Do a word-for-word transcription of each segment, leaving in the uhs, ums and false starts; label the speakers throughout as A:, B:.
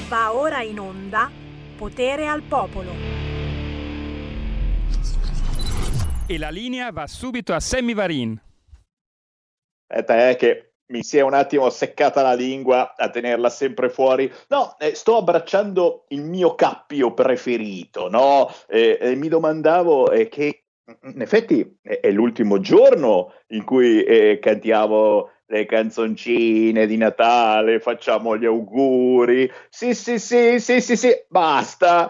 A: Va ora in onda Potere al Popolo.
B: E la linea va subito a Sammy Varin.
C: Aspetta, eh, che mi si è un attimo seccata la lingua a tenerla sempre fuori. No, eh, sto abbracciando il mio cappio preferito, no? Eh, eh, mi domandavo eh, che in effetti è, è l'ultimo giorno in cui eh, cantiamo le canzoncine di Natale, facciamo gli auguri. Sì, sì, sì, sì, sì, sì, basta,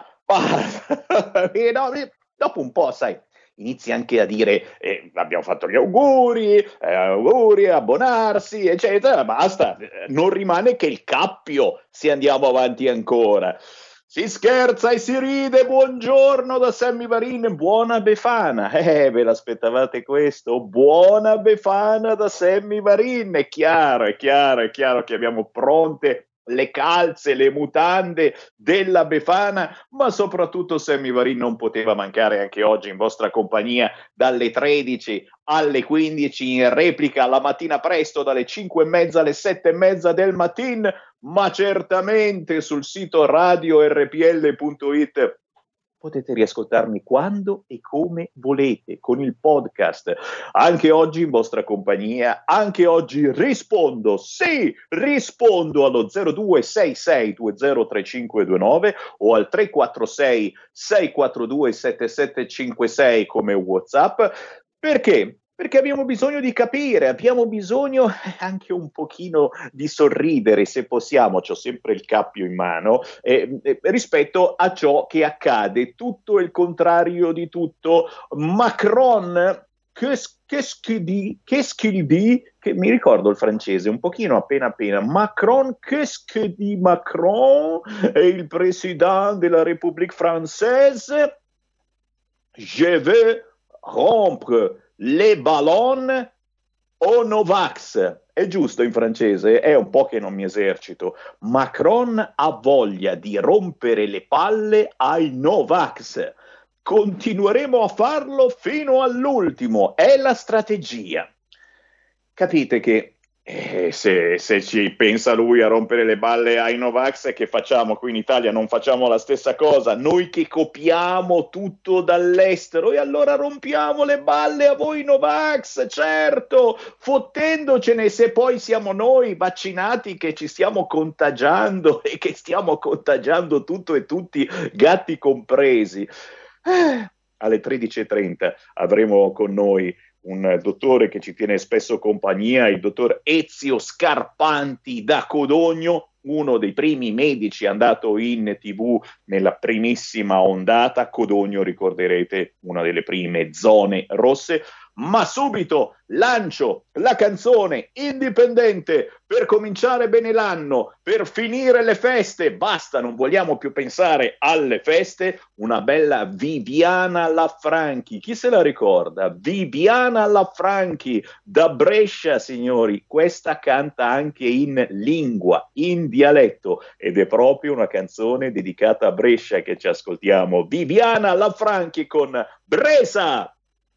C: basta. E no, dopo un po', sai, inizi anche a dire eh, abbiamo fatto gli auguri, eh, auguri, abbonarsi, eccetera, basta, non rimane che il cappio se andiamo avanti ancora. Si scherza e si ride, buongiorno da Sammy Varin, buona Befana, eh, ve l'aspettavate questo? Buona Befana da Sammy Varin, è chiaro, è chiaro, è chiaro che abbiamo pronte le calze, le mutande della Befana, ma soprattutto Sammy Varin non poteva mancare anche oggi in vostra compagnia dalle tredici alle quindici, in replica la mattina presto dalle cinque e mezza alle sette e mezza del mattino, ma certamente sul sito radio erre pi elle punto it potete riascoltarmi quando e come volete con il podcast. Anche oggi in vostra compagnia, anche oggi rispondo, sì, rispondo allo zero due sei sei due zero tre cinque due nove o al tre quattro sei sei quattro due sette sette cinque sei come WhatsApp. Perché? Perché abbiamo bisogno di capire, abbiamo bisogno anche un pochino di sorridere, se possiamo, c'ho sempre il cappio in mano, eh, eh, rispetto a ciò che accade, tutto il contrario di tutto. Macron, qu'est-ce qu'il dit, qu'est-ce qu'il dit, che mi ricordo il francese, un pochino appena appena, Macron, qu'est-ce que dit Macron, è il président de la République française, je veux rompre les ballons au Novax. È giusto in francese? È un po' che non mi esercito. Macron ha voglia di rompere le palle ai Novax. Continueremo a farlo fino all'ultimo. È la strategia. Capite che eh, se, se ci pensa lui a rompere le balle ai Novax, che facciamo qui in Italia? Non facciamo la stessa cosa, noi che copiamo tutto dall'estero, e allora rompiamo le balle a voi Novax, certo, fottendocene se poi siamo noi vaccinati che ci stiamo contagiando e che stiamo contagiando tutto e tutti, gatti compresi. Eh, alle tredici e trenta avremo con noi un dottore che ci tiene spesso compagnia, il dottor Ezio Scarpanti da Codogno, uno dei primi medici andato in tivù nella primissima ondata. Codogno, ricorderete, una delle prime zone rosse. Ma subito lancio la canzone indipendente per cominciare bene l'anno, per finire le feste. Basta, non vogliamo più pensare alle feste. Una bella Viviana Lafranchi. Chi se la ricorda? Viviana Lafranchi da Brescia, signori. Questa canta anche in lingua, in dialetto, ed è proprio una canzone dedicata a Brescia che ci ascoltiamo. Viviana Lafranchi con Bresa.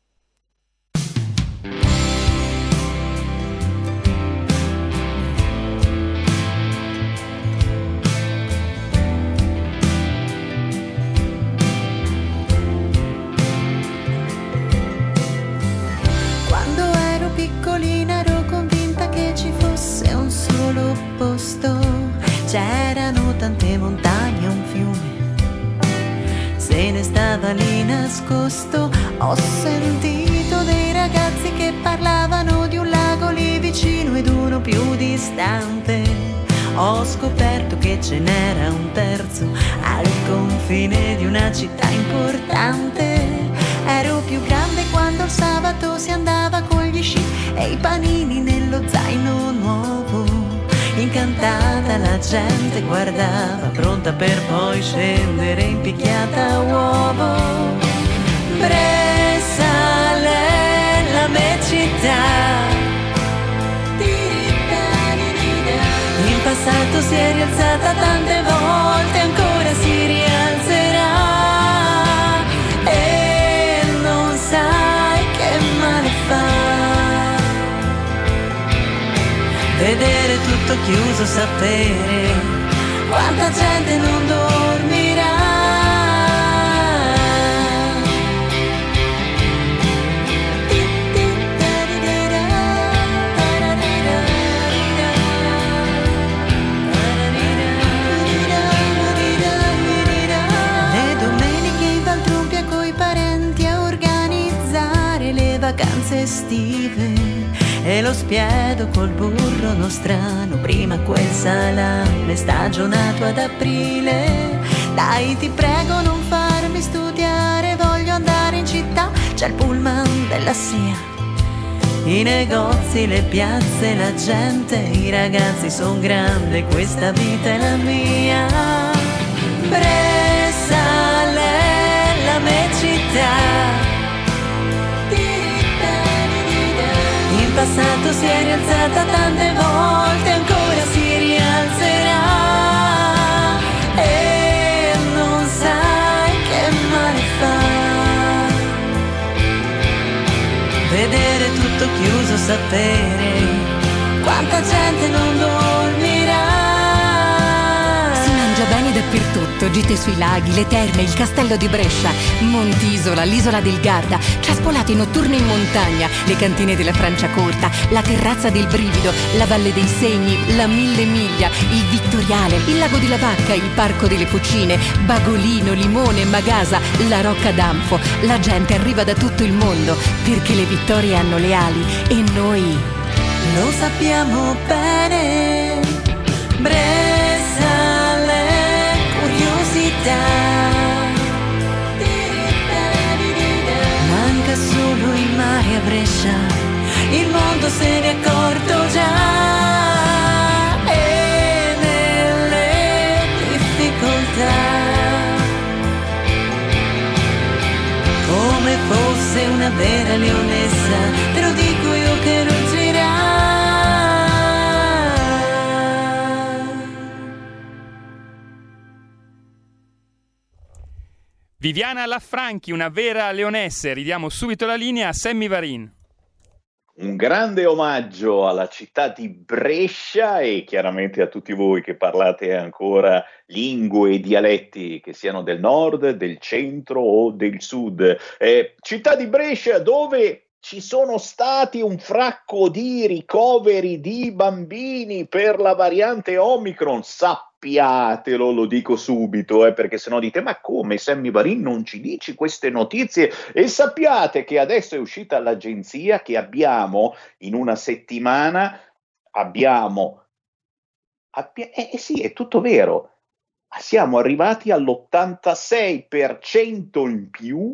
D: C'erano tante montagne e un fiume, se ne stava lì nascosto. Ho sentito dei ragazzi che parlavano di un lago lì vicino ed uno più distante. Ho scoperto che ce n'era un terzo al confine di una città importante. Ero più grande quando il sabato si andava con gli sci e i panini nello zaino nuovo. Incantata la gente guardava, pronta per poi scendere in picchiata a uovo. Bresale, la mia città. In passato si è rialzata tante volte, ancora si rialzerà. E non sai che male fa vedere tutto chiuso, sapere quanta gente non dormirà. Le domeniche in Valtrumpia coi parenti a organizzare le vacanze estive e lo spiedo col burro nostrano, prima quel salame stagionato ad aprile. Dai, ti prego, non farmi studiare, voglio andare in città, c'è il pullman della S I A, i negozi, le piazze, la gente, i ragazzi, son grande, questa vita è la mia. Bressale, la mia città. In passato si è rialzata tante volte, ancora si rialzerà. E non sai che male fa vedere tutto chiuso, sapere quanta gente non dormirà.
E: Si mangia bene dappertutto, gite sui laghi, le terme, il castello di Brescia, Montisola, l'isola del Garda, traspolate notturne in montagna, le cantine della Franciacorta, la terrazza del Brivido, la Valle dei Segni, la Mille Miglia, il Vittoriale, il lago di Lavacca, il parco delle Fucine, Bagolino, Limone, Magasa, la Rocca d'Anfo. La gente arriva da tutto il mondo perché le vittorie hanno le ali e noi
D: lo sappiamo bene. Bressale, curiosità. Manca solo il mare a Brescia, il mondo se ne è accorto già. E nelle difficoltà, come fosse una vera leonessa, te lo dico io che ruggerà.
B: Viviana Lanfranchi, una vera leonessa. Ridiamo subito la linea a Sammy Varin.
C: Un grande omaggio alla città di Brescia e chiaramente a tutti voi che parlate ancora lingue e dialetti, che siano del nord, del centro o del sud. Eh, città di Brescia dove ci sono stati un fracco di ricoveri di bambini per la variante Omicron. Sappiatelo, lo dico subito, eh, perché sennò dite: ma come, Sammy Varin, non ci dici queste notizie? E sappiate che adesso è uscita l'agenzia che abbiamo in una settimana, abbiamo, abbia, eh, eh sì, è tutto vero, siamo arrivati all'ottantasei per cento in più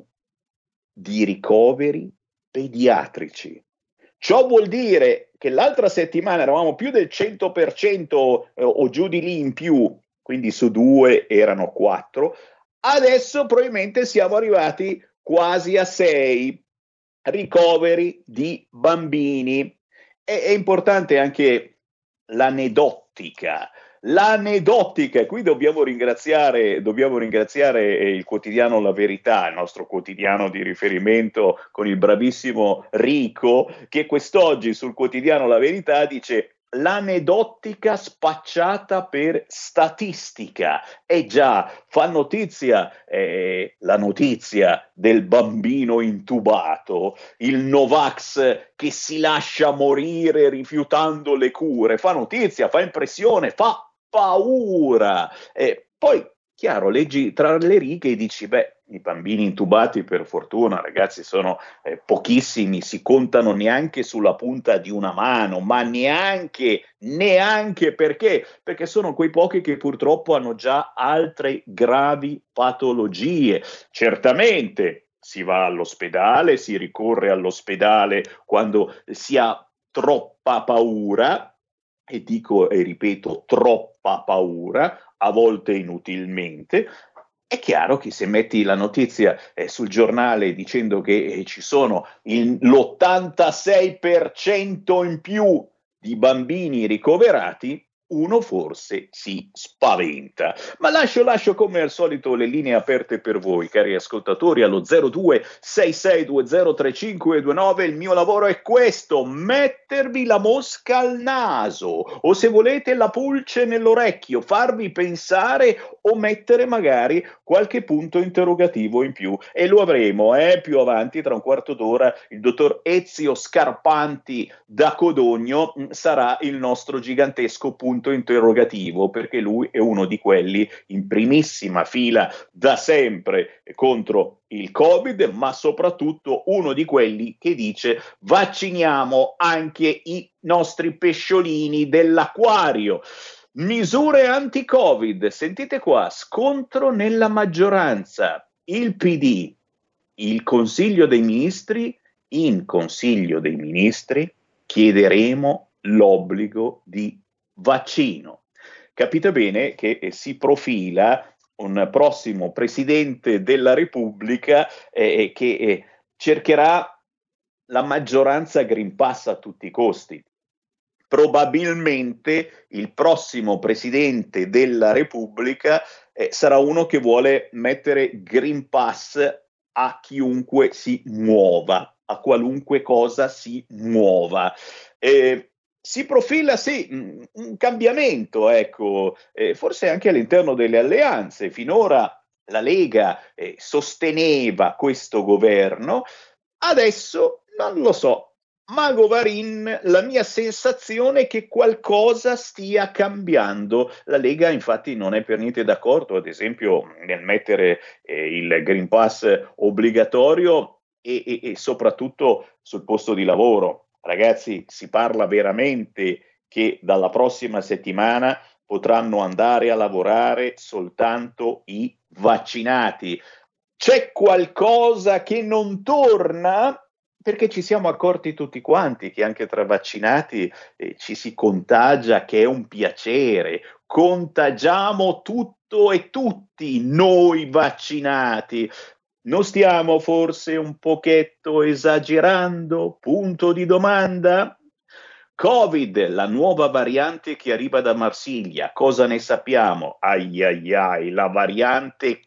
C: di ricoveri pediatrici. Ciò vuol dire che l'altra settimana eravamo più del cento per cento eh, o giù di lì in più, quindi su due erano quattro, adesso probabilmente siamo arrivati quasi a sei ricoveri di bambini. È, è importante anche l'aneddotica. L'aneddotica, e qui dobbiamo ringraziare, dobbiamo ringraziare il quotidiano La Verità, il nostro quotidiano di riferimento con il bravissimo Rico, che quest'oggi sul quotidiano La Verità dice: l'aneddotica spacciata per statistica. E già, fa notizia eh, la notizia del bambino intubato, il Novax che si lascia morire rifiutando le cure, fa notizia, fa impressione, fa paura. E poi, chiaro, leggi tra le righe e dici: beh, i bambini intubati per fortuna, ragazzi, sono eh, pochissimi, si contano neanche sulla punta di una mano, ma neanche, neanche perché? Perché sono quei pochi che purtroppo hanno già altre gravi patologie. Certamente si va all'ospedale, si ricorre all'ospedale quando si ha troppa paura, e dico e ripeto troppa paura, a volte inutilmente. È chiaro che se metti la notizia eh, sul giornale dicendo che eh, ci sono il, l'ottantasei per cento in più di bambini ricoverati, uno forse si spaventa. Ma lascio, lascio come al solito le linee aperte per voi, cari ascoltatori, allo zero due sei sei due zero tre cinque due nove. Il mio lavoro è questo: mettervi la mosca al naso, o se volete la pulce nell'orecchio, farvi pensare o mettere magari qualche punto interrogativo in più, e lo avremo eh, più avanti, tra un quarto d'ora. Il dottor Ezio Scarpanti da Codogno mh, sarà il nostro gigantesco punto interrogativo, perché lui è uno di quelli in primissima fila da sempre contro il Covid, ma soprattutto uno di quelli che dice: vacciniamo anche i nostri pesciolini dell'acquario. Misure anti-Covid, sentite qua, scontro nella maggioranza, il P D, il Consiglio dei Ministri, in Consiglio dei Ministri chiederemo l'obbligo di vaccino. Capite bene che eh, si profila un prossimo Presidente della Repubblica eh, che eh, cercherà la maggioranza Green Pass a tutti i costi. Probabilmente il prossimo Presidente della Repubblica eh, sarà uno che vuole mettere Green Pass a chiunque si muova, a qualunque cosa si muova. Eh, Si profila sì un cambiamento, ecco, eh, forse anche all'interno delle alleanze. Finora la Lega eh, sosteneva questo governo, adesso non lo so. Mago Varin, la mia sensazione è che qualcosa stia cambiando. La Lega infatti non è per niente d'accordo, ad esempio, nel mettere eh, il Green Pass obbligatorio e, e, e soprattutto sul posto di lavoro. Ragazzi, si parla veramente che dalla prossima settimana potranno andare a lavorare soltanto i vaccinati. C'è qualcosa che non torna? Perché ci siamo accorti tutti quanti che anche tra vaccinati eh, ci si contagia, che è un piacere. Contagiamo tutto e tutti noi vaccinati. Non stiamo forse un pochetto esagerando? Punto di domanda. Covid, la nuova variante che arriva da Marsiglia, cosa ne sappiamo? Ai ai ai, la variante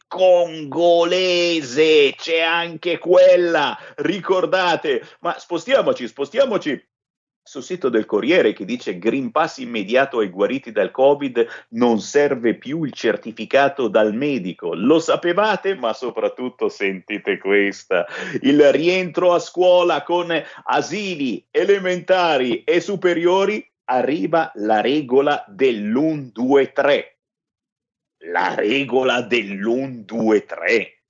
C: congolese, c'è anche quella, ricordate? Ma spostiamoci, spostiamoci sul sito del Corriere, che dice: Green Pass immediato ai guariti dal Covid, non serve più il certificato dal medico. Lo sapevate? Ma soprattutto sentite questa: il rientro a scuola con asili elementari e superiori, arriva la regola dell'uno due tre. La regola dell'uno due tre.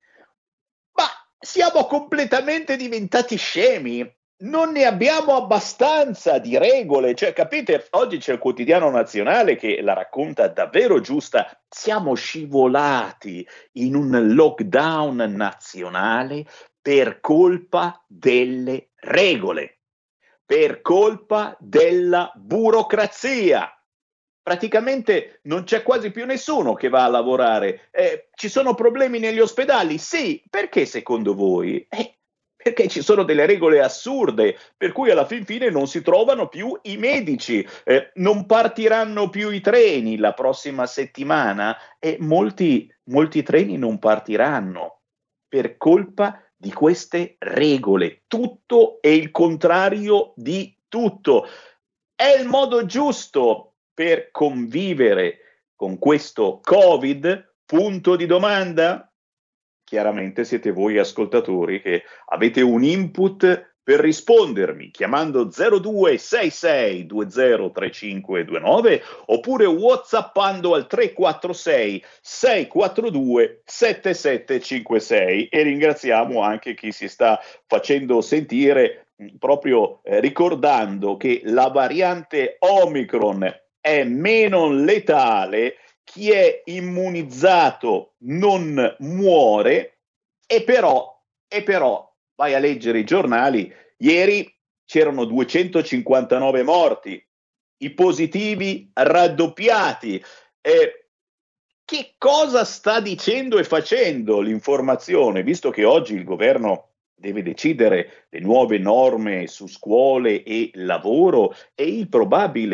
C: Ma siamo completamente diventati scemi. Non ne abbiamo abbastanza di regole, cioè capite, oggi c'è il Quotidiano Nazionale che la racconta davvero giusta. Siamo scivolati in un lockdown nazionale per colpa delle regole, per colpa della burocrazia. Praticamente non c'è quasi più nessuno che va a lavorare. Eh, ci sono problemi negli ospedali? Sì, perché secondo voi? Eh, perché ci sono delle regole assurde, per cui alla fin fine non si trovano più i medici, eh, non partiranno più i treni la prossima settimana e molti, molti treni non partiranno per colpa di queste regole. Tutto è il contrario di tutto. È il modo giusto per convivere con questo Covid? Punto di domanda? Chiaramente siete voi ascoltatori che avete un input per rispondermi, chiamando zero due sei sei due zero tre cinque due nove oppure whatsappando al tre quattro sei sei quattro due sette sette cinque sei. E ringraziamo anche chi si sta facendo sentire, proprio eh, ricordando che la variante Omicron è meno letale. Chi è immunizzato non muore, e però, e però vai a leggere i giornali, ieri c'erano duecentocinquantanove morti, i positivi raddoppiati. Eh, che cosa sta dicendo e facendo l'informazione, visto che oggi il governo deve decidere le nuove norme su scuole e lavoro, e il probabile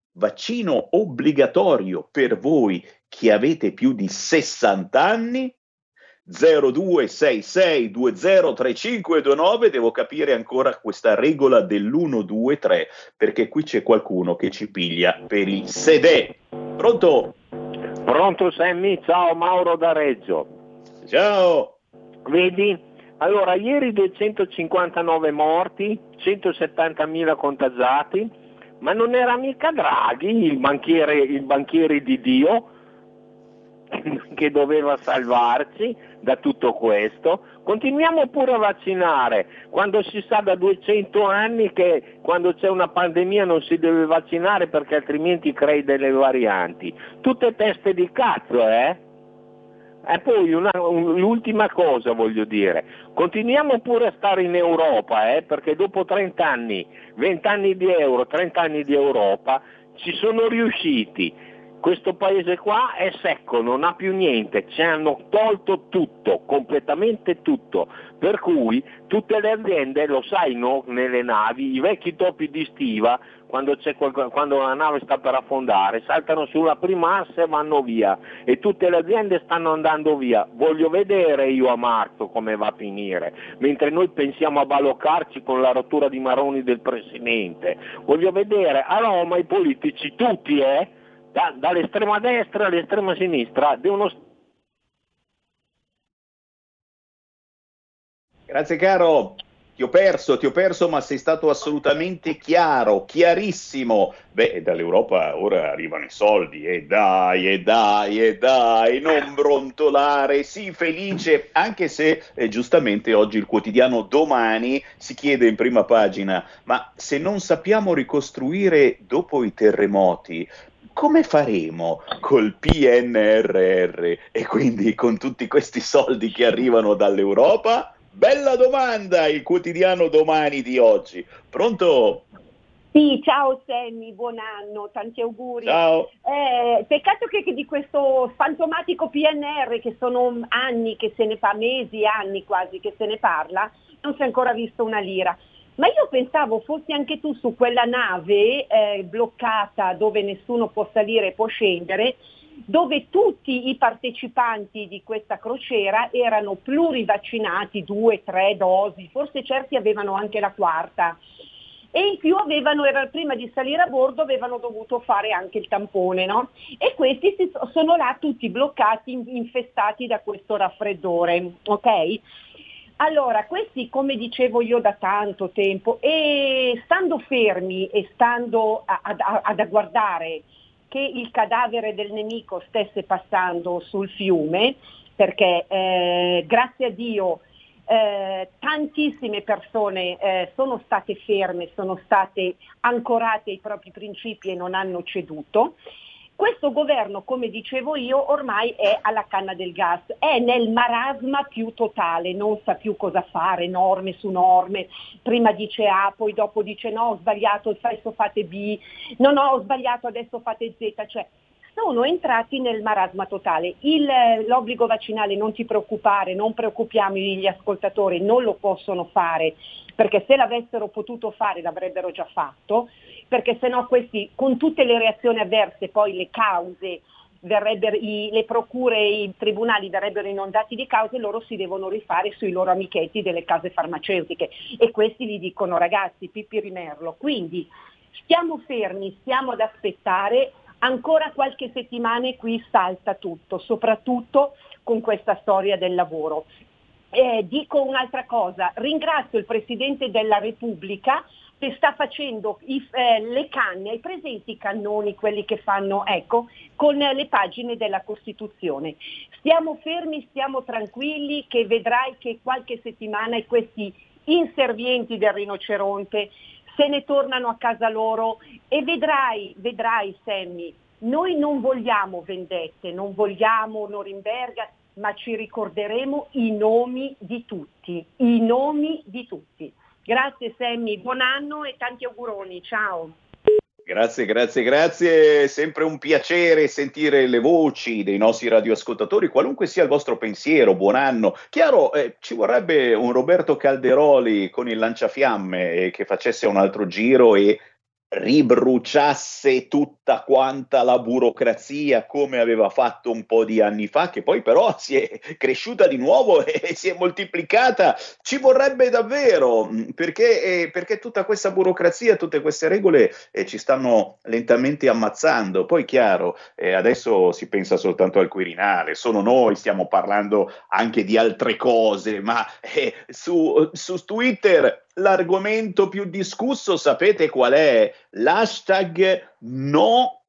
C: vaccino obbligatorio per voi che avete più di sessanta anni? zero due sei sei due zero tre cinque due nove. Devo capire ancora questa regola dell'uno due tre, perché qui c'è qualcuno che ci piglia per il sedè. Pronto?
F: Pronto Sammy, ciao, Mauro da Reggio.
C: Ciao.
F: Vedi? Allora, ieri duecentocinquantanove morti, centosettantamila contagiati, ma non era mica Draghi, il banchiere, il banchiere di Dio, che doveva salvarci da tutto questo? Continuiamo pure a vaccinare, quando si sa da duecento anni che quando c'è una pandemia non si deve vaccinare perché altrimenti crei delle varianti. Tutte teste di cazzo, eh? E poi una, un, l'ultima cosa voglio dire, continuiamo pure a stare in Europa, eh, perché dopo trenta anni, venti anni di euro, trenta anni di Europa, ci sono riusciti. Questo paese qua è secco, non ha più niente, ci hanno tolto tutto, completamente tutto, per cui tutte le aziende, lo sai, no? Nelle navi, i vecchi topi di stiva, quando, c'è qualcosa, quando la nave sta per affondare, saltano sulla prima asse e vanno via, e tutte le aziende stanno andando via. Voglio vedere io a marzo come va a finire, mentre noi pensiamo a baloccarci con la rottura di maroni del Presidente. Voglio vedere a Roma i politici tutti, eh? Da, dall'estrema destra all'estrema sinistra devono.
C: Grazie caro, ti ho perso, ti ho perso, ma sei stato assolutamente chiaro, chiarissimo. Beh, dall'Europa ora arrivano i soldi, e dai, e dai, e dai, non brontolare, sii felice, anche se eh, giustamente oggi il quotidiano Domani si chiede in prima pagina, ma se non sappiamo ricostruire dopo i terremoti, come faremo col P N R R e quindi con tutti questi soldi che arrivano dall'Europa? Bella domanda, il quotidiano Domani di oggi. Pronto?
G: Sì, ciao Sammy, buon anno, tanti auguri.
C: Ciao.
G: Eh, peccato che, che di questo fantomatico P N R R, che sono anni che se ne fa, mesi, anni quasi che se ne parla, non si è ancora visto una lira. Ma io pensavo fossi anche tu su quella nave eh, bloccata dove nessuno può salire e può scendere, dove tutti i partecipanti di questa crociera erano plurivaccinati, due, tre dosi, forse certi avevano anche la quarta. E in più avevano, era, prima di salire a bordo avevano dovuto fare anche il tampone, no? E questi si, sono là tutti bloccati, infestati da questo raffreddore, ok? Allora, questi, come dicevo io da tanto tempo, e stando fermi e stando a, a, ad a guardare che il cadavere del nemico stesse passando sul fiume, perché eh, grazie a Dio eh, tantissime persone eh, sono state ferme, sono state ancorate ai propri principi e non hanno ceduto. Questo governo, come dicevo io, ormai è alla canna del gas, è nel marasma più totale, non sa più cosa fare, norme su norme, prima dice A, poi dopo dice no, ho sbagliato, adesso fate B, no, no, ho sbagliato, adesso fate Z, cioè sono entrati nel marasma totale. Il, l'obbligo vaccinale, non ti preoccupare, non preoccupiamo gli ascoltatori, non lo possono fare, perché se l'avessero potuto fare l'avrebbero già fatto, perché sennò questi, con tutte le reazioni avverse, poi le cause, verrebbero, i, le procure e i tribunali verrebbero inondati di cause, loro si devono rifare sui loro amichetti delle case farmaceutiche e questi gli dicono ragazzi, pippi rimerlo. Quindi stiamo fermi, stiamo ad aspettare, ancora qualche settimana e qui salta tutto, soprattutto con questa storia del lavoro. Eh, dico un'altra cosa, ringrazio il Presidente della Repubblica che sta facendo i, eh, le canne, hai presenti i cannoni, quelli che fanno, ecco, con le pagine della Costituzione. Stiamo fermi, stiamo tranquilli, che vedrai che qualche settimana e questi inservienti del rinoceronte se ne tornano a casa loro e vedrai, vedrai Sammy, noi non vogliamo vendette, non vogliamo Norimberga, ma ci ricorderemo i nomi di tutti, i nomi di tutti. Grazie Sammy, buon anno e tanti auguroni, ciao.
C: Grazie, grazie, grazie, sempre un piacere sentire le voci dei nostri radioascoltatori, qualunque sia il vostro pensiero, buon anno. Chiaro, eh, ci vorrebbe un Roberto Calderoli con il lanciafiamme eh, che facesse un altro giro e ribruciasse tutta quanta la burocrazia come aveva fatto un po' di anni fa, che poi però si è cresciuta di nuovo e si è moltiplicata. Ci vorrebbe davvero, perché, eh, perché tutta questa burocrazia, tutte queste regole eh, ci stanno lentamente ammazzando. Poi chiaro, eh, adesso si pensa soltanto al Quirinale, sono noi, stiamo parlando anche di altre cose, ma eh, su, su Twitter l'argomento più discusso sapete qual è? L'hashtag no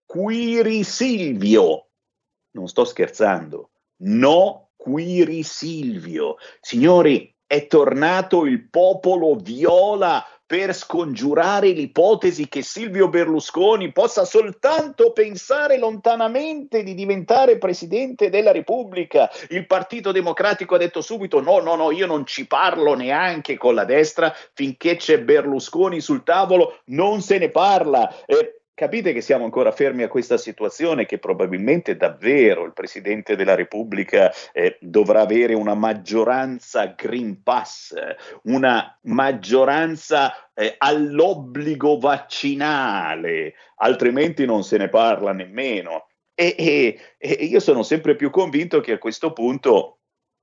C: Quirisilvio. Non sto scherzando. No Quirisilvio. Signori, è tornato il popolo viola per scongiurare l'ipotesi che Silvio Berlusconi possa soltanto pensare lontanamente di diventare Presidente della Repubblica. Il Partito Democratico ha detto subito no, no, no, io non ci parlo neanche con la destra, finché c'è Berlusconi sul tavolo non se ne parla. Eh, Capite che siamo ancora fermi a questa situazione, che probabilmente davvero il Presidente della Repubblica eh, dovrà avere una maggioranza Green Pass, una maggioranza eh, all'obbligo vaccinale, altrimenti non se ne parla nemmeno. E, e, e io sono sempre più convinto che a questo punto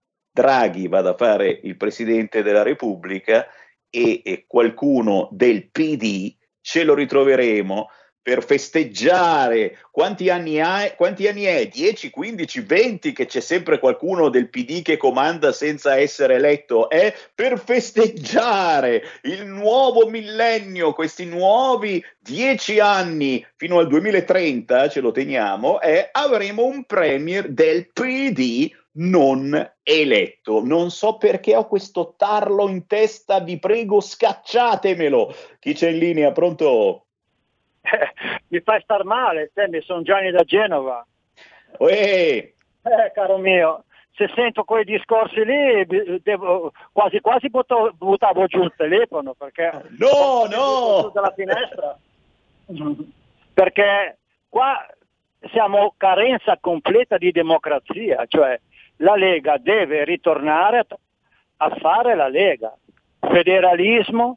C: Draghi vada a fare il Presidente della Repubblica e, e qualcuno del P D ce lo ritroveremo per festeggiare. Quanti anni ha, quanti anni è? dieci, quindici, venti che c'è sempre qualcuno del P D che comanda senza essere eletto? È per festeggiare il nuovo millennio, questi nuovi dieci anni fino al duemilatrenta, ce lo teniamo, e avremo un premier del P D non eletto. Non so perché ho questo tarlo in testa, vi prego scacciatemelo. Chi c'è in linea? Pronto?
H: Eh, mi fai star male, te, mi sono Gianni da Genova.
C: Uè.
H: Eh, caro mio, se sento quei discorsi lì, devo, quasi quasi butto, buttavo giù il telefono, perché
C: no, no,
H: dalla finestra, perché qua siamo carenza completa di democrazia, cioè la Lega deve ritornare a fare la Lega, federalismo,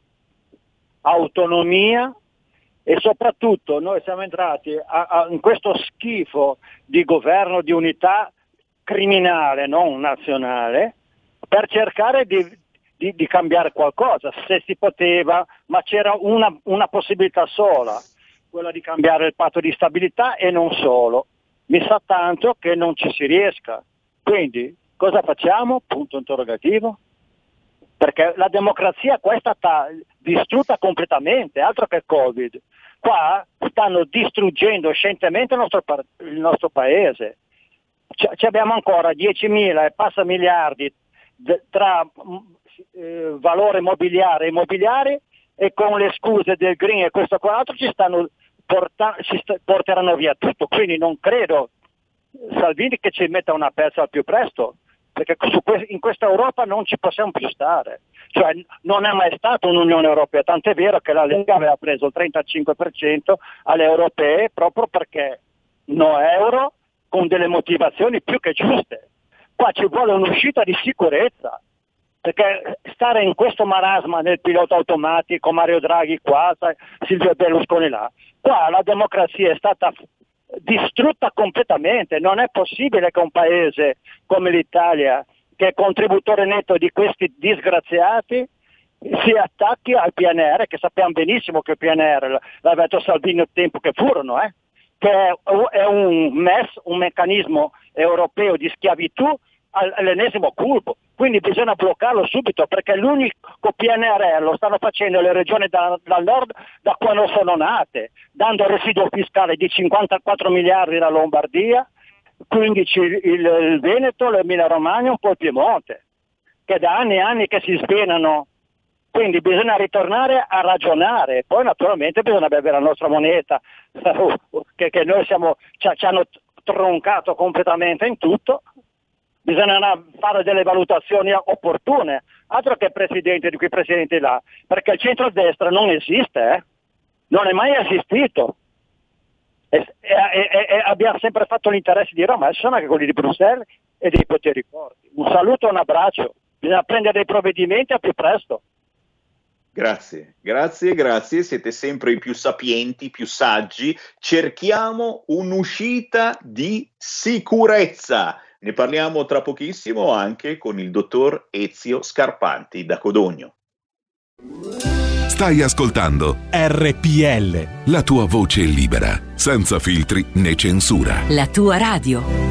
H: autonomia. E soprattutto noi siamo entrati a, a, in questo schifo di governo di unità criminale, non nazionale, per cercare di, di, di cambiare qualcosa, se si poteva, ma c'era una, una possibilità sola, quella di cambiare il patto di stabilità e non solo. Mi sa tanto che non ci si riesca. Quindi cosa facciamo? Punto interrogativo. Perché la democrazia qua è stata distrutta completamente, altro che Covid. Qua stanno distruggendo scientemente il nostro, il nostro paese. C- ci abbiamo ancora diecimila e passa miliardi d- tra eh, valore immobiliare e immobiliari, e con le scuse del green e questo e quell'altro ci, stanno porta- ci st- porteranno via tutto. Quindi non credo, Salvini, che ci metta una pezza al più presto, perché su que- in questa Europa non ci possiamo più stare. Cioè non è mai stata un'Unione Europea, tant'è vero che la Lega aveva preso il trentacinque per cento alle europee proprio perché no euro, con delle motivazioni più che giuste. Qua ci vuole un'uscita di sicurezza, perché stare in questo marasma nel pilota automatico, Mario Draghi qua, Silvio Berlusconi là, qua la democrazia è stata distrutta completamente. Non è possibile che un paese come l'Italia, che è contributore netto di questi disgraziati, si attacchi al P N R, che sappiamo benissimo che il P N R l'aveva detto Salvini al tempo che furono, eh, che è un M E S, un meccanismo europeo di schiavitù all'ennesimo colpo. Quindi bisogna bloccarlo subito, perché l'unico P N R R lo stanno facendo le regioni da, dal nord da quando sono nate, dando residuo fiscale di cinquantaquattro miliardi alla Lombardia, quindici il, il Veneto, l'Emilia Romagna, un po' il Piemonte, che da anni e anni che si svenano. Quindi bisogna ritornare a ragionare. Poi naturalmente bisogna avere la nostra moneta, che, che noi siamo, ci, ci hanno troncato completamente in tutto. Bisogna fare delle valutazioni opportune, altro che presidente di quei presidenti là, perché il centrodestra non esiste, eh? Non è mai esistito. E, e, e, e abbiamo sempre fatto gli interessi di Roma, e sono anche quelli di Bruxelles e dei poteri forti. Un saluto e un abbraccio. Bisogna prendere dei provvedimenti al più presto.
C: Grazie, grazie, grazie, siete sempre i più sapienti, più saggi. Cerchiamo un'uscita di sicurezza. Ne parliamo tra pochissimo anche con il dottor Ezio Scarpanti da Codogno.
I: Stai ascoltando
J: R P L,
I: la tua voce libera, senza filtri né censura.
E: La tua radio.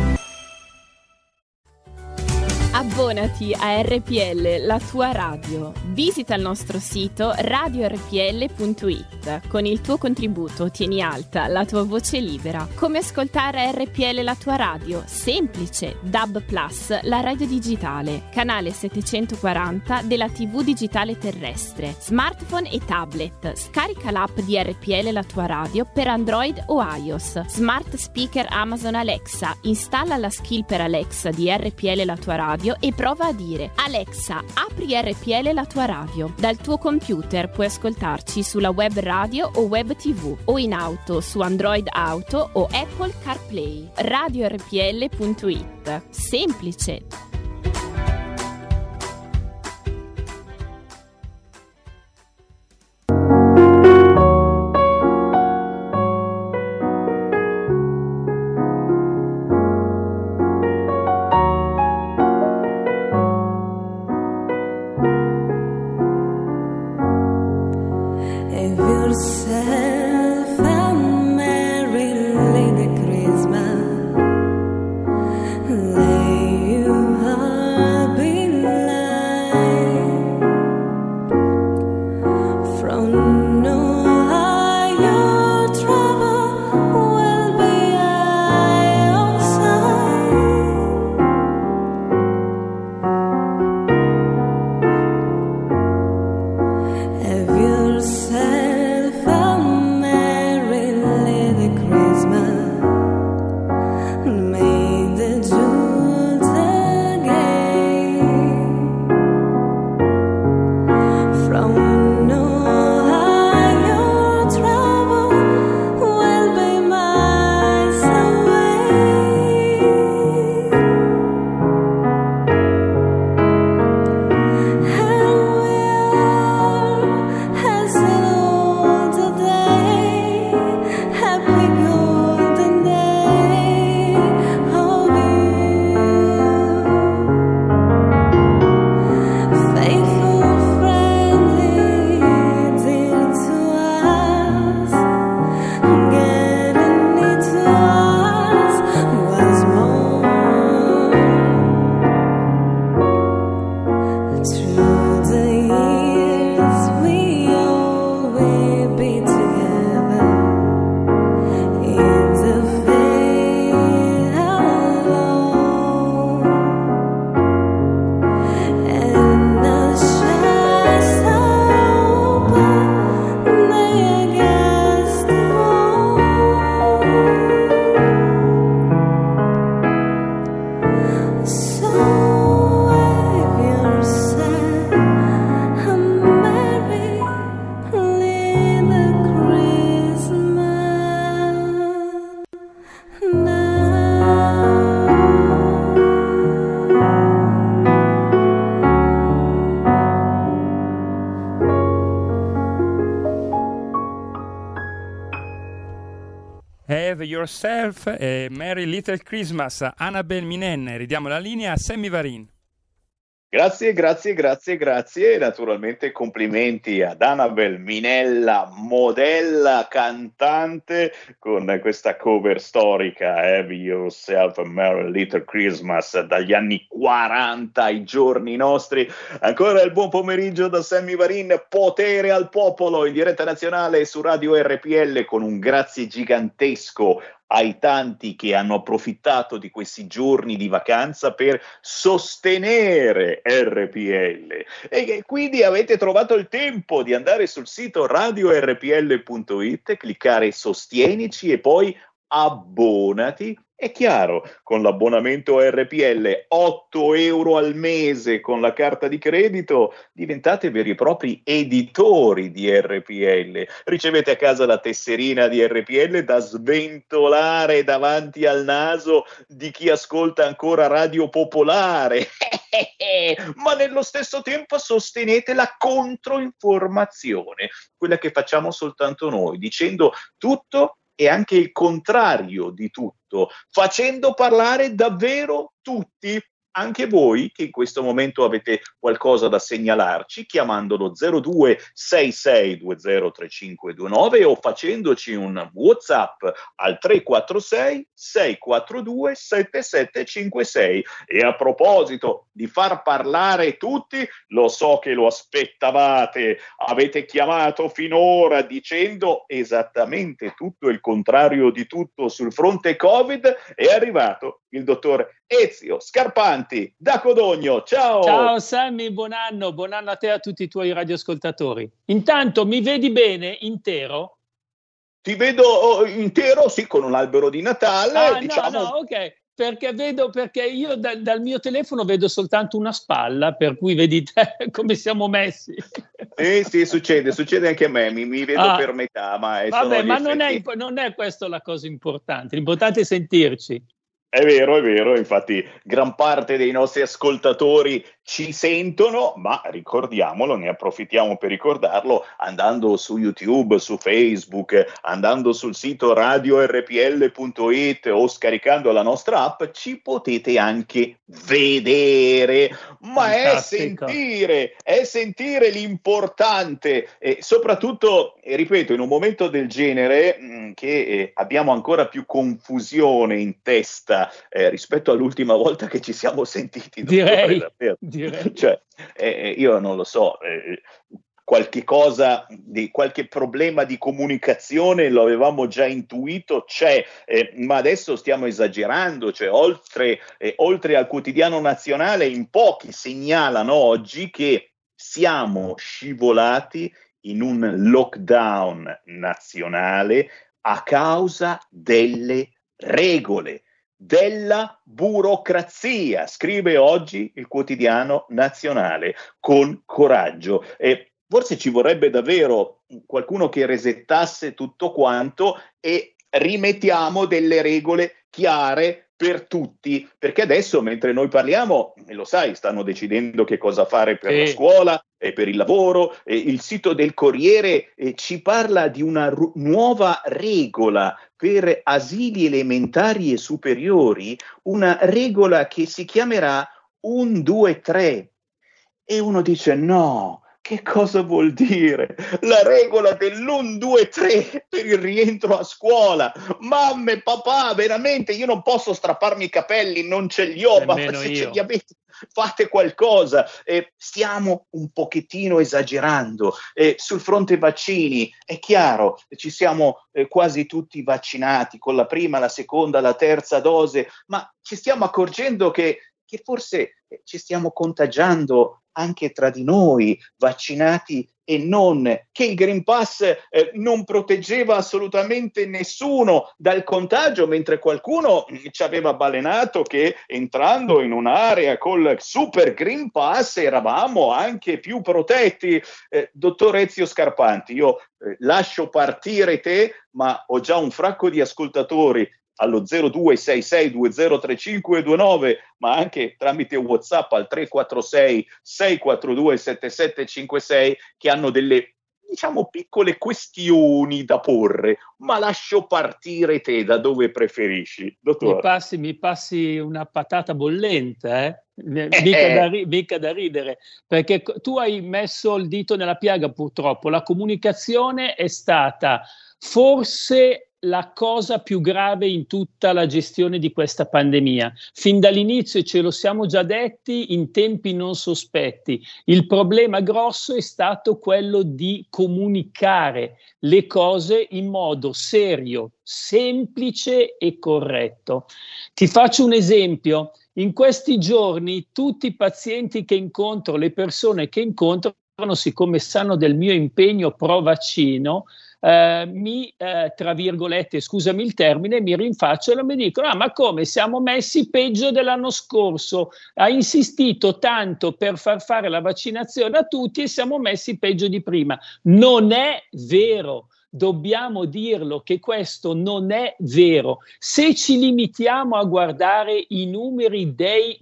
K: Abbonati a R P L, la tua radio. Visita il nostro sito radio r p l punto i t. Con il tuo contributo tieni alta la tua voce libera. Come ascoltare R P L, la tua radio? Semplice. D A B plus, la radio digitale. Canale settecentoquaranta della tivù digitale terrestre. Smartphone e tablet. Scarica l'app di R P L, la tua radio per Android o iOS. Smart speaker Amazon Alexa. Installa la skill per Alexa di R P L, la tua radio e prova a dire: Alexa, apri R P L, la tua radio. Dal tuo computer puoi ascoltarci sulla web radio o web tv o in auto su Android Auto o Apple CarPlay. radio r p l punto i t. Semplice.
B: Have Yourself e Merry Little Christmas. Annabel Minen, ridiamo la linea a Sammy Varin.
C: Grazie, grazie, grazie, grazie. Naturalmente complimenti ad Annabel Minella, modella, cantante, con questa cover storica, Have Yourself a Merry Little Christmas, dagli anni quaranta ai giorni nostri. Ancora il buon pomeriggio da Sammy Varin, potere al popolo, in diretta nazionale su Radio R P L, con un grazie gigantesco ai tanti che hanno approfittato di questi giorni di vacanza per sostenere R P L e che quindi avete trovato il tempo di andare sul sito radio r p l punto i t, cliccare sostienici e poi abbonati. È chiaro, con l'abbonamento R P L otto euro al mese con la carta di credito diventate veri e propri editori di R P L. Ricevete a casa la tesserina di R P L da sventolare davanti al naso di chi ascolta ancora Radio Popolare. Ma nello stesso tempo sostenete la controinformazione, quella che facciamo soltanto noi, dicendo tutto e anche il contrario di tutto, facendo parlare davvero tutti, anche voi che in questo momento avete qualcosa da segnalarci, chiamandolo zero due sei sei due zero tre cinque due nove o facendoci un WhatsApp al tre quattro sei sei quattro due sette sette cinque sei. E a proposito di far parlare tutti, lo so che lo aspettavate, avete chiamato finora dicendo esattamente tutto il contrario di tutto sul fronte Covid, è arrivato il dottor Ezio Scarpanti da Codogno. Ciao!
L: Ciao Sammy, buon anno, buon anno a te e a tutti i tuoi radioascoltatori. Intanto mi vedi bene intero?
C: Ti vedo intero, sì, con un albero di Natale.
L: Ah,
C: diciamo...
L: no, no, ok. Perché vedo, perché io da, dal mio telefono vedo soltanto una spalla, per cui vedi te come siamo messi.
C: Sì, sì, succede, succede anche a me, mi, mi vedo
L: ah,
C: per metà, ma,
L: vabbè, ma non è, non è questa la cosa importante, l'importante è sentirci.
C: È vero, è vero, infatti gran parte dei nostri ascoltatori ci sentono, ma ricordiamolo, ne approfittiamo per ricordarlo, andando su YouTube, su Facebook, andando sul sito radio erre pi elle punto it o scaricando la nostra app, ci potete anche vedere, ma Fantastico. è sentire, è sentire l'importante e soprattutto, eh, ripeto, in un momento del genere mh, che eh, abbiamo ancora più confusione in testa Eh, rispetto all'ultima volta che ci siamo sentiti,
L: direi,
C: dottore,
L: direi.
C: Cioè, eh, io non lo so, eh, qualche cosa, di qualche problema di comunicazione lo avevamo già intuito, c'è, eh, ma adesso stiamo esagerando, cioè oltre, eh, oltre al quotidiano nazionale, in pochi segnalano oggi che siamo scivolati in un lockdown nazionale a causa delle regole, della burocrazia, scrive oggi il quotidiano nazionale con coraggio. E forse ci vorrebbe davvero qualcuno che resettasse tutto quanto e rimettiamo delle regole chiare per tutti, perché adesso mentre noi parliamo, e lo sai, stanno decidendo che cosa fare per sì. la scuola e per il lavoro, e il sito del Corriere eh, ci parla di una ru- nuova regola per asili elementari e superiori, una regola che si chiamerà un due tre, e uno dice no, che cosa vuol dire? La regola dell'un due tre per il rientro a scuola. Mamme, papà, veramente io non posso strapparmi i capelli, non ce li ho, ma se io. ce li avete fate qualcosa. Eh, stiamo un pochettino esagerando. Eh, sul fronte vaccini è chiaro, ci siamo eh, quasi tutti vaccinati con la prima, la seconda, la terza dose, ma ci stiamo accorgendo che, che forse eh, ci stiamo contagiando anche tra di noi, vaccinati e non, che il Green Pass eh, non proteggeva assolutamente nessuno dal contagio, mentre qualcuno ci aveva balenato che entrando in un'area col Super Green Pass eravamo anche più protetti. Eh, dottor Ezio Scarpanti, io eh, lascio partire te, ma ho già un fracco di ascoltatori allo zero due sei sei due zero tre cinque due nove, ma anche tramite WhatsApp al tre quattro sei sei quattro due sette sette cinque sei, che hanno delle, diciamo, piccole questioni da porre, ma lascio partire te da dove preferisci, dottore.
L: Mi passi, mi passi una patata bollente, eh? Mica, da ri- mica da ridere, perché tu hai messo il dito nella piaga. Purtroppo la comunicazione è stata forse la cosa più grave in tutta la gestione di questa pandemia. Fin dall'inizio, ce lo siamo già detti, in tempi non sospetti, il problema grosso è stato quello di comunicare le cose in modo serio, semplice e corretto. Ti faccio un esempio. In questi giorni tutti i pazienti che incontro, le persone che incontro, siccome sanno del mio impegno pro vaccino, eh, mi, eh, tra virgolette, scusami il termine, mi rinfacciano e mi dicono: ah, ma come, siamo messi peggio dell'anno scorso, ha insistito tanto per far fare la vaccinazione a tutti e siamo messi peggio di prima. Non è vero. Dobbiamo dirlo che questo non è vero. Se ci limitiamo a guardare i numeri dei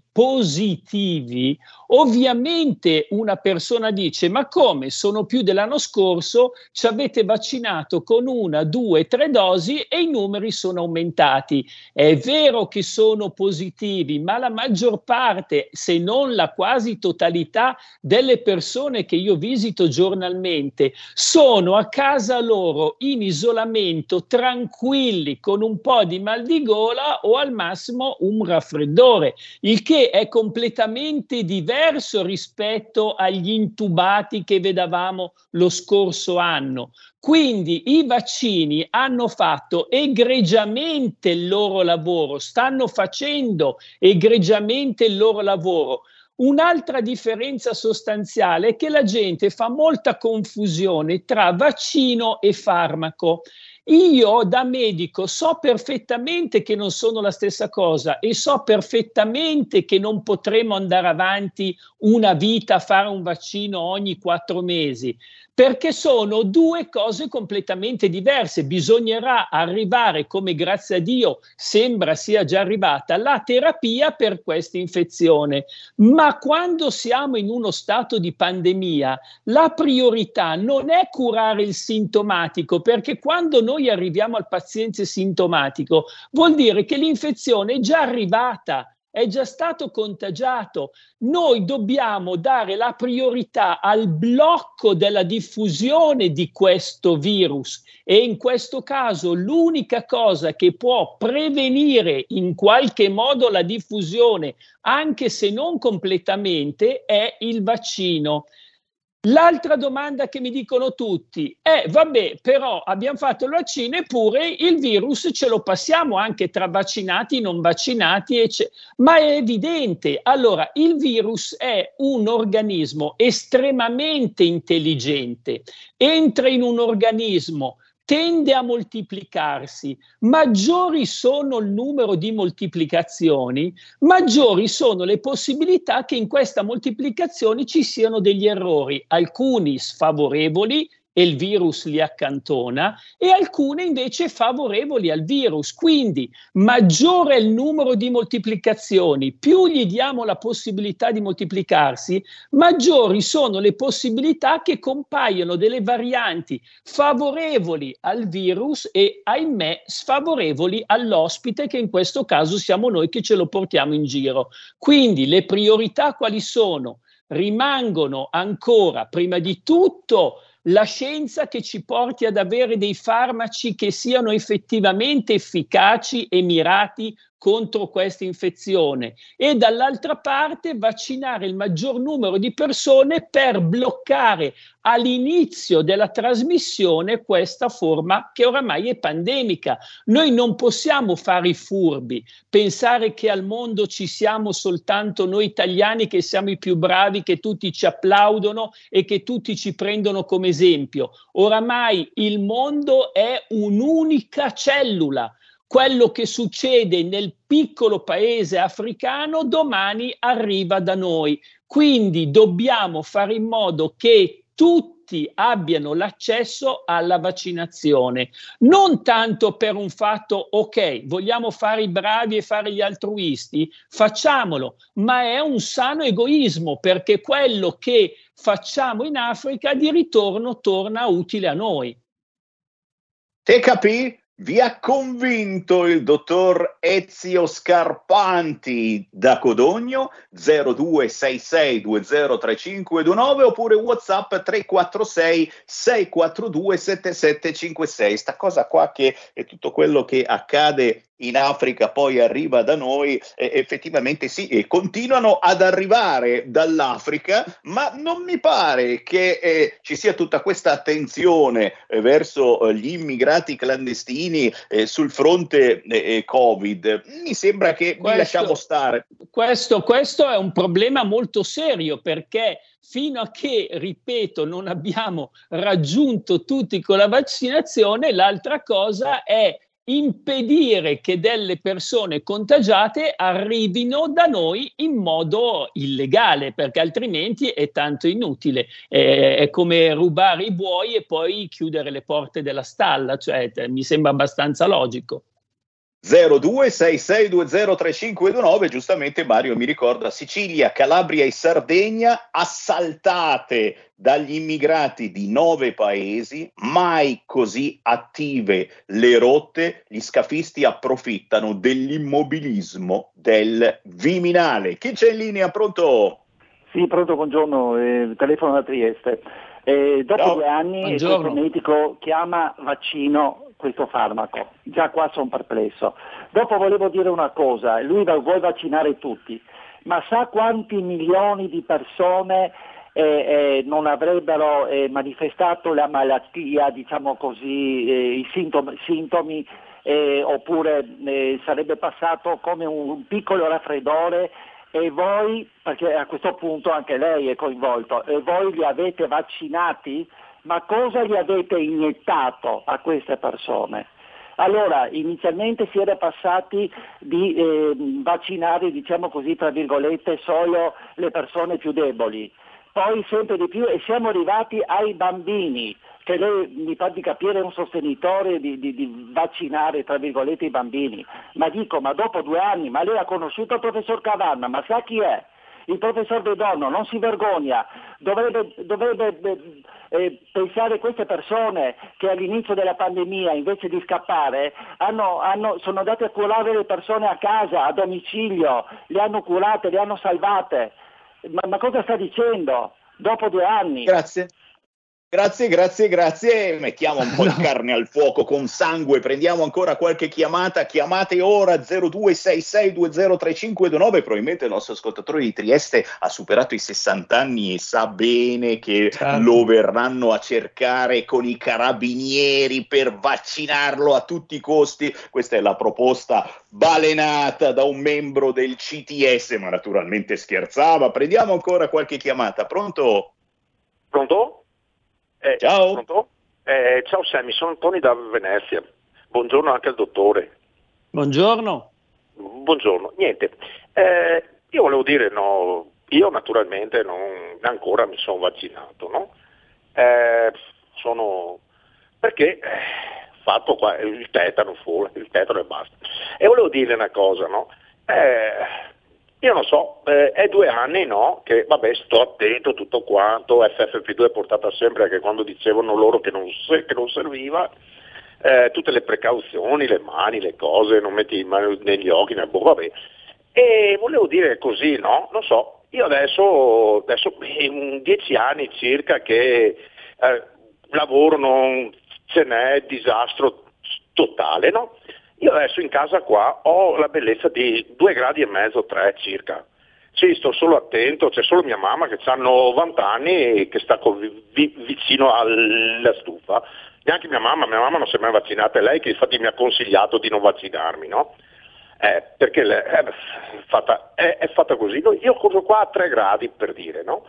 L: positivi, ovviamente una persona dice: ma come, sono più dell'anno scorso, ci avete vaccinato con una, due, tre dosi e i numeri sono aumentati. È vero che sono positivi, ma la maggior parte, se non la quasi totalità delle persone che io visito giornalmente, sono a casa loro in isolamento, tranquilli, con un po' di mal di gola o al massimo un raffreddore, il che è completamente diverso rispetto agli intubati che vedevamo lo scorso anno. Quindi i vaccini hanno fatto egregiamente il loro lavoro, stanno facendo egregiamente il loro lavoro. Un'altra differenza sostanziale è che la gente fa molta confusione tra vaccino e farmaco. Io da medico so perfettamente che non sono la stessa cosa e so perfettamente che non potremo andare avanti una vita a fare un vaccino ogni quattro mesi, perché sono due cose completamente diverse. Bisognerà arrivare, come grazie a Dio sembra sia già arrivata, la terapia per questa infezione. Ma quando siamo in uno stato di pandemia, la priorità non è curare il sintomatico, perché quando noi arriviamo al paziente sintomatico vuol dire che l'infezione è già arrivata, è già stato contagiato. Noi dobbiamo dare la priorità al blocco della diffusione di questo virus e in questo caso l'unica cosa che può prevenire in qualche modo la diffusione, anche se non completamente, è il vaccino. L'altra domanda che mi dicono tutti è: vabbè, però abbiamo fatto il vaccino eppure il virus ce lo passiamo anche tra vaccinati e non vaccinati, ecc- ma è evidente. Allora, il virus è un organismo estremamente intelligente, entra in un organismo, tende a moltiplicarsi, maggiori sono il numero di moltiplicazioni, maggiori sono le possibilità che in questa moltiplicazione ci siano degli errori, alcuni sfavorevoli e il virus li accantona e alcune invece favorevoli al virus. Quindi maggiore è il numero di moltiplicazioni, più gli diamo la possibilità di moltiplicarsi, maggiori sono le possibilità che compaiano delle varianti favorevoli al virus e, ahimè, sfavorevoli all'ospite, che in questo caso siamo noi che ce lo portiamo in giro. Quindi le priorità quali sono? Rimangono ancora, prima di tutto, la scienza che ci porti ad avere dei farmaci che siano effettivamente efficaci e mirati contro questa infezione, e dall'altra parte vaccinare il maggior numero di persone per bloccare all'inizio della trasmissione questa forma che oramai è pandemica. Noi non possiamo fare i furbi, pensare che al mondo ci siamo soltanto noi italiani, che siamo i più bravi, che tutti ci applaudono e che tutti ci prendono come esempio. Oramai il mondo è un'unica cellula. Quello che succede nel piccolo paese africano domani arriva da noi. Quindi dobbiamo fare in modo che tutti abbiano l'accesso alla vaccinazione. Non tanto per un fatto, ok, vogliamo fare i bravi e fare gli altruisti, facciamolo, ma è un sano egoismo, perché quello che facciamo in Africa di ritorno torna utile a noi.
C: Te capì? Vi ha convinto il dottor Ezio Scarpanti da Codogno? zero due sei sei due zero tre cinque due nove oppure WhatsApp tre quattro sei sei quattro due sette sette cinque sei. Sta cosa qua, che è tutto quello che accade in Africa poi arriva da noi, eh, effettivamente sì, e continuano ad arrivare dall'Africa, ma non mi pare che eh, ci sia tutta questa attenzione eh, verso eh, gli immigrati clandestini vaccini eh, sul fronte eh, Covid, mi sembra che questo, li lasciamo stare.
L: Questo, questo è un problema molto serio, perché fino a che, ripeto, non abbiamo raggiunto tutti con la vaccinazione, l'altra cosa è impedire che delle persone contagiate arrivino da noi in modo illegale, perché altrimenti è tanto inutile. È, è come rubare i buoi e poi chiudere le porte della stalla, cioè mi sembra abbastanza logico.
C: zero due sei sei due zero tre cinque due nove, giustamente Mario mi ricorda Sicilia, Calabria e Sardegna assaltate dagli immigrati di nove paesi, mai così attive le rotte, gli scafisti approfittano dell'immobilismo del Viminale. Chi c'è in linea? Pronto?
M: Sì, pronto, buongiorno, eh, telefono da Trieste. Eh, dopo
C: Ciao.
M: due anni
L: Buongiorno.
M: questo medico chiama vaccino questo farmaco, già qua sono perplesso. Dopo volevo dire una cosa, lui vuole vaccinare tutti, ma sa quanti milioni di persone eh, eh, non avrebbero eh, manifestato la malattia, diciamo così, eh, i sintomi, sintomi eh, oppure eh, sarebbe passato come un piccolo raffreddore, e voi, perché a questo punto anche lei è coinvolto, e voi li avete vaccinati? Ma cosa gli avete iniettato a queste persone? Allora, inizialmente si era passati di eh, vaccinare, diciamo così, tra virgolette, solo le persone più deboli, poi sempre di più, e siamo arrivati ai bambini, che lei mi fa di capire è un sostenitore di, di, di vaccinare, tra virgolette, i bambini. Ma dico, ma dopo due anni, ma lei ha conosciuto il professor Cavanna, ma sa chi è? Il professor De Donno non si vergogna, dovrebbe, dovrebbe eh, pensare a queste persone che all'inizio della pandemia, invece di scappare, hanno, hanno, sono andate a curare le persone a casa, a domicilio, le hanno curate, le hanno salvate. Ma, ma cosa sta dicendo? Dopo due anni?
C: Grazie. Grazie, grazie, grazie. Mettiamo un po' di carne al fuoco con sangue. Prendiamo ancora qualche chiamata. Chiamate ora zero due sei sei due zero tre cinque due nove. Probabilmente il nostro ascoltatore di Trieste ha superato i sessanta anni e sa bene che certo. lo verranno a cercare con i carabinieri per vaccinarlo a tutti i costi. Questa è la proposta balenata da un membro del C T S, ma naturalmente scherzava. Prendiamo ancora qualche chiamata. Pronto?
N: Pronto? Eh,
C: ciao.
N: Pronto? Eh, ciao Sammy, sono Tony da Venezia. Buongiorno anche al dottore.
L: Buongiorno.
N: Buongiorno. Niente, eh, io volevo dire, no, io naturalmente non ancora mi sono vaccinato, no? Eh, sono perché eh, fatto qua il tetano fuori, il tetano e basta. E volevo dire una cosa, no? Eh, Io non so, eh, è due anni no, che vabbè sto attento tutto quanto, F F P due è portata sempre anche quando dicevano loro che non, che non serviva, eh, tutte le precauzioni, le mani, le cose, non metti le mani negli occhi, nel boh, vabbè. E volevo dire così, no? Non so, io adesso, adesso in dieci anni circa che eh, lavoro, non ce n'è disastro totale, no? Io adesso in casa qua ho la bellezza di due gradi e mezzo, tre circa. Sì, sto solo attento, c'è solo mia mamma che ha novanta anni e che sta vi, vicino alla stufa. Neanche mia mamma, mia mamma non si è mai vaccinata, è lei che infatti mi ha consigliato di non vaccinarmi, no? Eh, perché lei è fatta, è, è fatta così. Io corro qua a tre gradi per dire, no?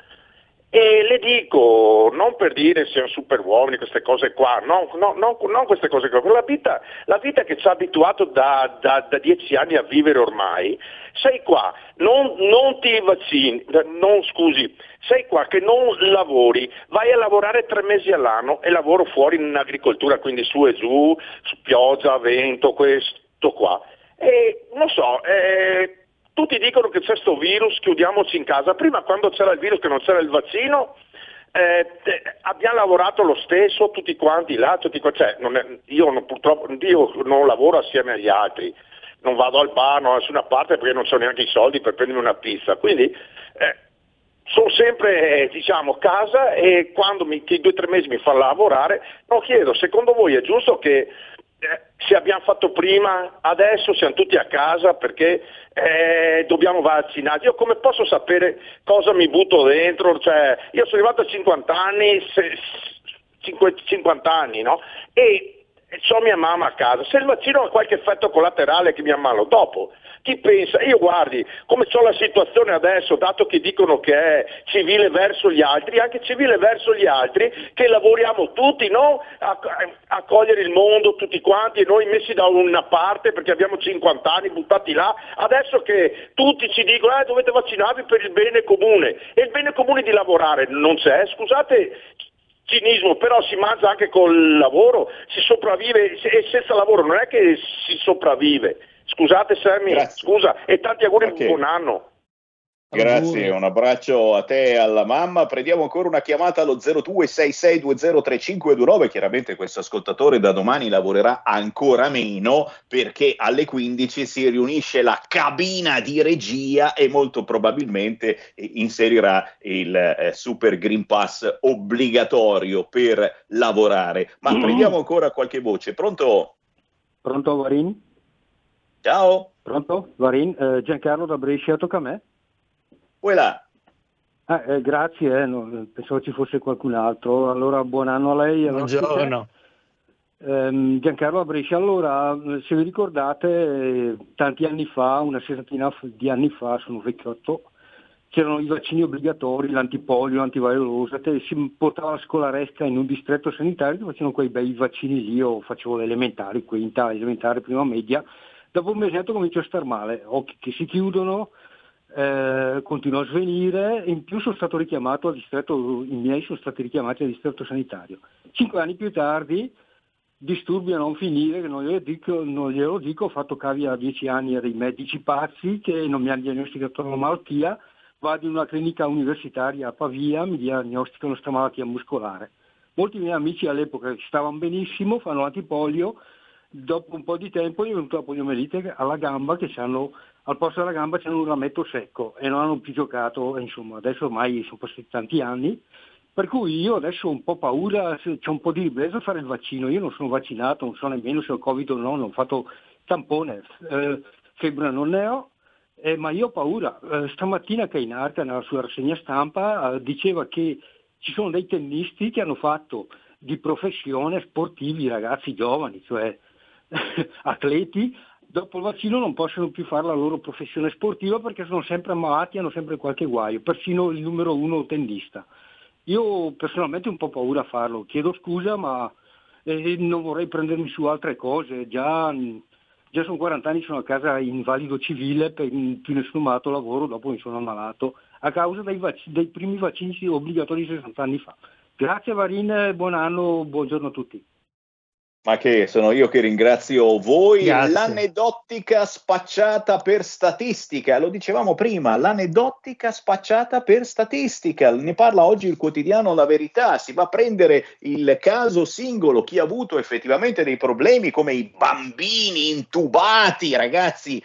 N: E le dico, non per dire siamo super uomini, queste cose qua, no, no, no, non queste cose qua, la vita, la vita che ci ha abituato da, da, da dieci anni a vivere ormai, sei qua, non, non ti vaccini, non scusi, sei qua che non lavori, vai a lavorare tre mesi all'anno e lavoro fuori in agricoltura, quindi su e giù, su pioggia, vento, questo qua. E non so, eh, tutti dicono che c'è sto virus, chiudiamoci in casa. Prima quando c'era il virus che non c'era il vaccino, eh, eh, abbiamo lavorato lo stesso tutti quanti là, tutti qua, cioè, non è, io non, purtroppo io non lavoro assieme agli altri, non vado al bar, non da nessuna parte perché non ho neanche i soldi per prendermi una pizza, quindi eh, sono sempre eh, diciamo a casa e quando mi, che due o tre mesi mi fanno lavorare, non chiedo, secondo voi è giusto che Eh, se abbiamo fatto prima, adesso siamo tutti a casa perché eh, dobbiamo vaccinarci. Io come posso sapere cosa mi butto dentro? Cioè, io sono arrivato a cinquanta anni, se, cinquanta anni, no? E ho mia mamma a casa, se il vaccino ha qualche effetto collaterale che mi ammalo dopo, chi pensa? Io guardi, come c'ho la situazione adesso, dato che dicono che è civile verso gli altri, anche civile verso gli altri, che lavoriamo tutti, no? A, a cogliere il mondo tutti quanti, e noi messi da una parte perché abbiamo cinquanta anni buttati là, adesso che tutti ci dicono eh, dovete vaccinarvi per il bene comune, e il bene comune di lavorare non c'è, scusate, cinismo, però si mangia anche col lavoro, si sopravvive, e senza lavoro non è che si sopravvive. Scusate Sammy, Grazie. scusa, e tanti auguri okay. Buon anno.
C: Grazie, un abbraccio a te e alla mamma. Prendiamo ancora una chiamata allo zero due sei sei due zero tre cinque due nove. Chiaramente questo ascoltatore da domani lavorerà ancora meno, perché alle quindici si riunisce la cabina di regia e molto probabilmente inserirà il eh, Super Green Pass obbligatorio per lavorare. Ma mm. prendiamo ancora qualche voce. Pronto?
O: Pronto Varin?
C: Ciao.
O: Pronto Varin? Eh, Giancarlo da Brescia, tocca a me.
C: Voilà.
O: Eh, eh, grazie, eh, no, pensavo ci fosse qualcun altro. Allora buon anno a lei.
L: Buongiorno.
O: Eh, Giancarlo a Brescia, allora se vi ricordate eh, tanti anni fa, una sessantina di anni fa, sono vecchiotto, c'erano i vaccini obbligatori, l'antipolio, l'antivariosa, si portava la scolaresca in un distretto sanitario che facevano quei bei vaccini lì. Io facevo le elementari, quinta, elementare, prima media. Dopo un mesetto comincio a star male, occhi che si chiudono, Eh, continuo a svenire, in più sono stato richiamato al distretto, i miei sono stati richiamati al distretto sanitario. Cinque anni più tardi, disturbi a non finire, che non glielo dico, non glielo dico, ho fatto cavi a dieci anni a dei medici pazzi che non mi hanno diagnosticato la malattia, vado in una clinica universitaria a Pavia, mi diagnosticano questa malattia muscolare. Molti miei amici all'epoca stavano benissimo, fanno l'antipolio, dopo un po' di tempo gli è venuta la poliomielite alla gamba, che hanno al posto della gamba c'è un rametto secco e non hanno più giocato, insomma adesso ormai sono passati tanti anni, per cui io adesso ho un po' paura, c'è un po' di ribrezzo a fare il vaccino. Io non sono vaccinato, non so nemmeno se ho Covid o no, non ho fatto tampone, eh, febbre non ne ho, eh, ma io ho paura. Eh, stamattina Cainarca nella sua rassegna stampa eh, diceva che ci sono dei tennisti che hanno fatto di professione sportivi ragazzi giovani, cioè atleti, dopo il vaccino non possono più fare la loro professione sportiva perché sono sempre ammalati, hanno sempre qualche guaio, persino il numero uno tennista. Io personalmente ho un po' paura a farlo, chiedo scusa, ma eh, non vorrei prendermi su altre cose. Già, già sono quaranta anni, sono a casa invalido civile, per, più nessuno mi ha dato lavoro, dopo mi sono ammalato a causa dei, vac- dei primi vaccini obbligatori sessanta anni fa. Grazie Varin, buon anno, buongiorno a tutti.
C: Ma che sono io che ringrazio voi.
L: Grazie.
C: L'aneddotica spacciata per statistica, lo dicevamo prima, l'aneddotica spacciata per statistica, ne parla oggi il quotidiano La Verità. Si va a prendere il caso singolo, chi ha avuto effettivamente dei problemi come i bambini intubati, ragazzi,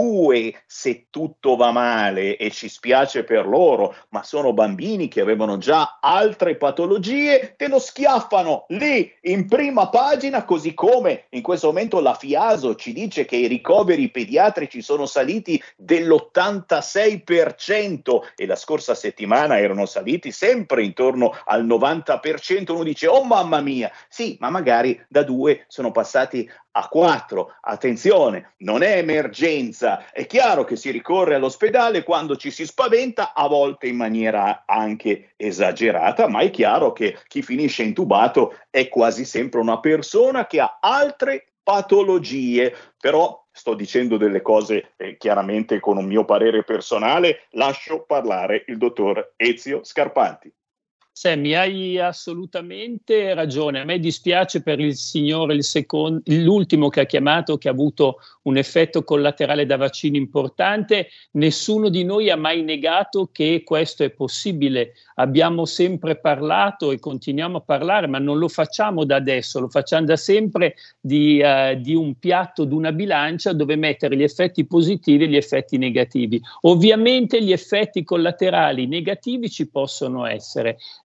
C: due se tutto va male, e ci spiace per loro, ma sono bambini che avevano già altre patologie, te lo schiaffano lì in prima pagina, così come in questo momento la Fiaso ci dice che i ricoveri pediatrici sono saliti dell'ottantasei per cento e la scorsa settimana erano saliti sempre intorno al novanta per cento. Uno dice oh mamma mia, sì, ma magari da due sono passati a quattro. Attenzione, non è emergenza, è chiaro che si ricorre all'ospedale quando ci si spaventa, a volte in maniera anche esagerata, ma è chiaro che chi finisce intubato è quasi sempre una persona che ha altre patologie. Però sto dicendo delle cose eh, chiaramente con un mio parere personale, lascio parlare il dottor Ezio Scarpanti.
L: Sammy, hai assolutamente ragione. A me dispiace per il signore, il secondo, l'ultimo che ha chiamato, che ha avuto un effetto collaterale da vaccino importante. Nessuno di noi ha mai negato che questo è possibile. Abbiamo sempre parlato e continuiamo a parlare, ma non lo facciamo da adesso, lo facciamo da sempre, di, uh, di un piatto, di una bilancia dove mettere gli effetti positivi e gli effetti negativi. Ovviamente gli effetti collaterali negativi ci possono essere.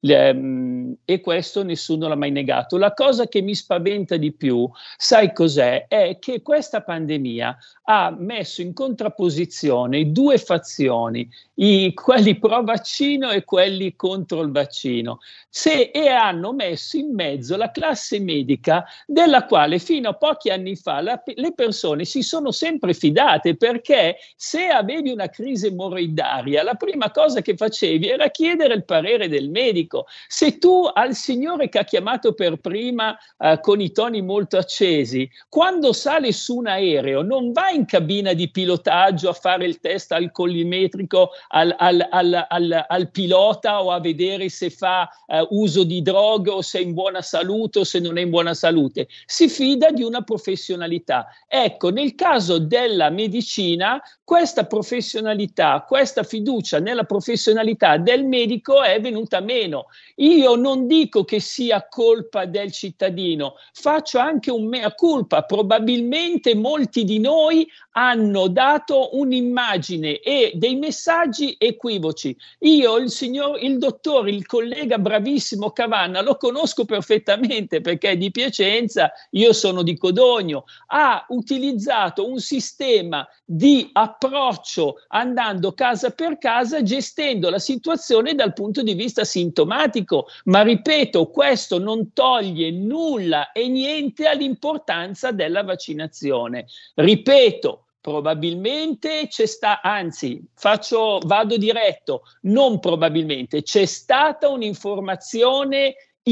L: ehm, e questo nessuno l'ha mai negato. La cosa che mi spaventa di più, sai cos'è? È che questa pandemia ha messo in contrapposizione due fazioni, i, quelli pro vaccino e quelli contro il vaccino, se, e hanno messo in mezzo la classe medica della quale fino a pochi anni fa la, le persone si sono sempre fidate, perché se avevi una crisi emorroidaria la prima cosa che facevi era chiedere il parere del medico. Se tu al signore che ha chiamato per prima eh, con i toni molto accesi, quando sale su un aereo non va in cabina di pilotaggio a fare il test alcolimetrico al, al, al, al, al pilota o a vedere se fa eh, uso di droghe o se è in buona salute o se non è in buona salute, si fida di una professionalità. Ecco, nel caso della medicina questa professionalità, questa fiducia nella professionalità del medico è venuta meno. Io non dico che sia colpa del cittadino, faccio anche un mea culpa. Probabilmente molti di noi hanno dato un'immagine e dei messaggi equivoci. Io, il signor, il dottore, il collega bravissimo Cavanna, lo conosco perfettamente perché è di Piacenza, io sono di Codogno, ha utilizzato un sistema di approccio andando casa per casa, gestendo la situazione dal punto di vista sintomatico, ma ripeto, questo non toglie nulla e niente all'importanza della vaccinazione. Ripeto, probabilmente c'è sta, anzi, faccio, vado diretto, non probabilmente, c'è stata un'informazione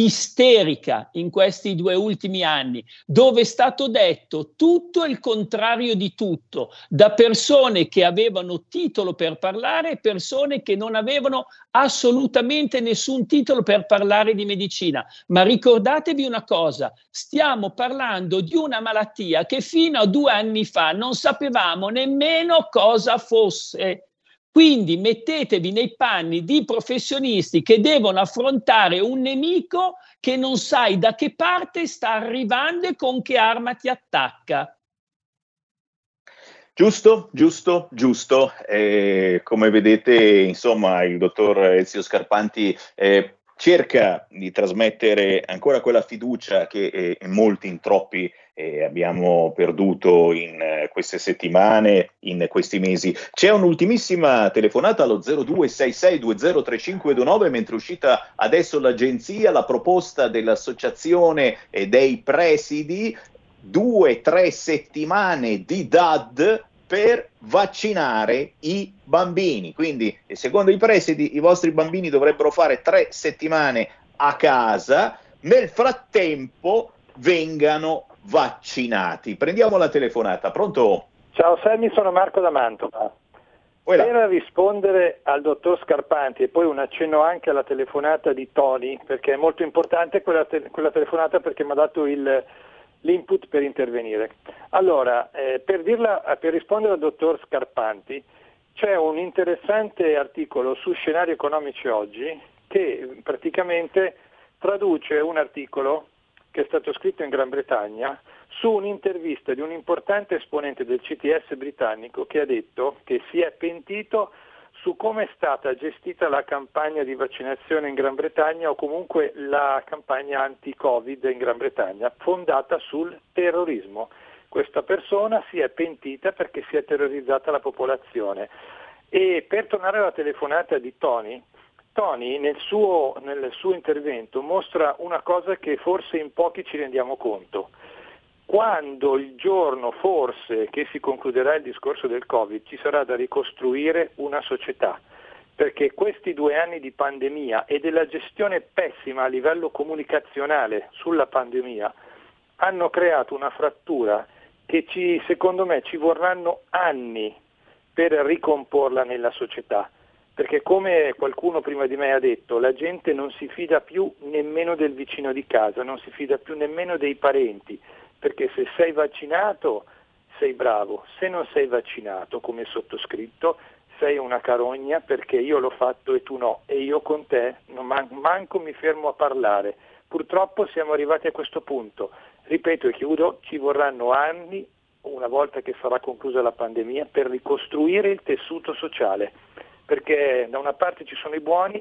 L: isterica in questi due ultimi anni, dove è stato detto tutto e il contrario di tutto, da persone che avevano titolo per parlare e persone che non avevano assolutamente nessun titolo per parlare di medicina. Ma ricordatevi una cosa, stiamo parlando di una malattia che fino a due anni fa non sapevamo nemmeno cosa fosse. Quindi mettetevi nei panni di professionisti che devono affrontare un nemico che non sai da che parte sta arrivando e con che arma ti attacca.
C: Giusto, giusto, giusto. Eh, come vedete, insomma, il dottor Ezio Scarpanti eh, cerca di trasmettere ancora quella fiducia che eh, molti, in troppi, eh, abbiamo perduto in eh, queste settimane, in questi mesi. C'è un'ultimissima telefonata allo zero due sei sei due zero tre cinque due nove, mentre è uscita adesso l'agenzia, la proposta dell'associazione eh, dei presidi, due tre settimane di D A D per vaccinare i bambini. Quindi, secondo i presidi, i vostri bambini dovrebbero fare tre settimane a casa, nel frattempo vengano vaccinati. Prendiamo la telefonata. Pronto?
P: Ciao Sammy, sono Marco da Mantova. Per rispondere al dottor Scarpanti e poi un accenno anche alla telefonata di Tony, perché è molto importante quella, te- quella telefonata, perché mi ha dato il l'input per intervenire. Allora, eh, per, dirla, per rispondere al dottor Scarpanti, c'è un interessante articolo su Scenari Economici Oggi che praticamente traduce un articolo che è stato scritto in Gran Bretagna su un'intervista di un importante esponente del C T S britannico che ha detto che si è pentito su come è stata gestita la campagna di vaccinazione in Gran Bretagna, o comunque la campagna anti-Covid in Gran Bretagna, fondata sul terrorismo. Questa persona si è pentita perché si è terrorizzata la popolazione. E per tornare alla telefonata di Tony, Tony nel suo, nel suo intervento mostra una cosa che forse in pochi ci rendiamo conto. Quando il giorno forse che si concluderà il discorso del Covid ci sarà da ricostruire una società, perché questi due anni di pandemia e della gestione pessima a livello comunicazionale sulla pandemia hanno creato una frattura che ci, secondo me ci vorranno anni per ricomporla nella società, perché come qualcuno prima di me ha detto, la gente non si fida più nemmeno del vicino di casa, non si fida più nemmeno dei parenti, perché se sei vaccinato sei bravo, se non sei vaccinato come sottoscritto sei una carogna, perché io l'ho fatto e tu no, e io con te non man- manco mi fermo a parlare. Purtroppo siamo arrivati a questo punto. Ripeto e chiudo, ci vorranno anni, una volta che sarà conclusa la pandemia, per ricostruire il tessuto sociale, perché da una parte ci sono i buoni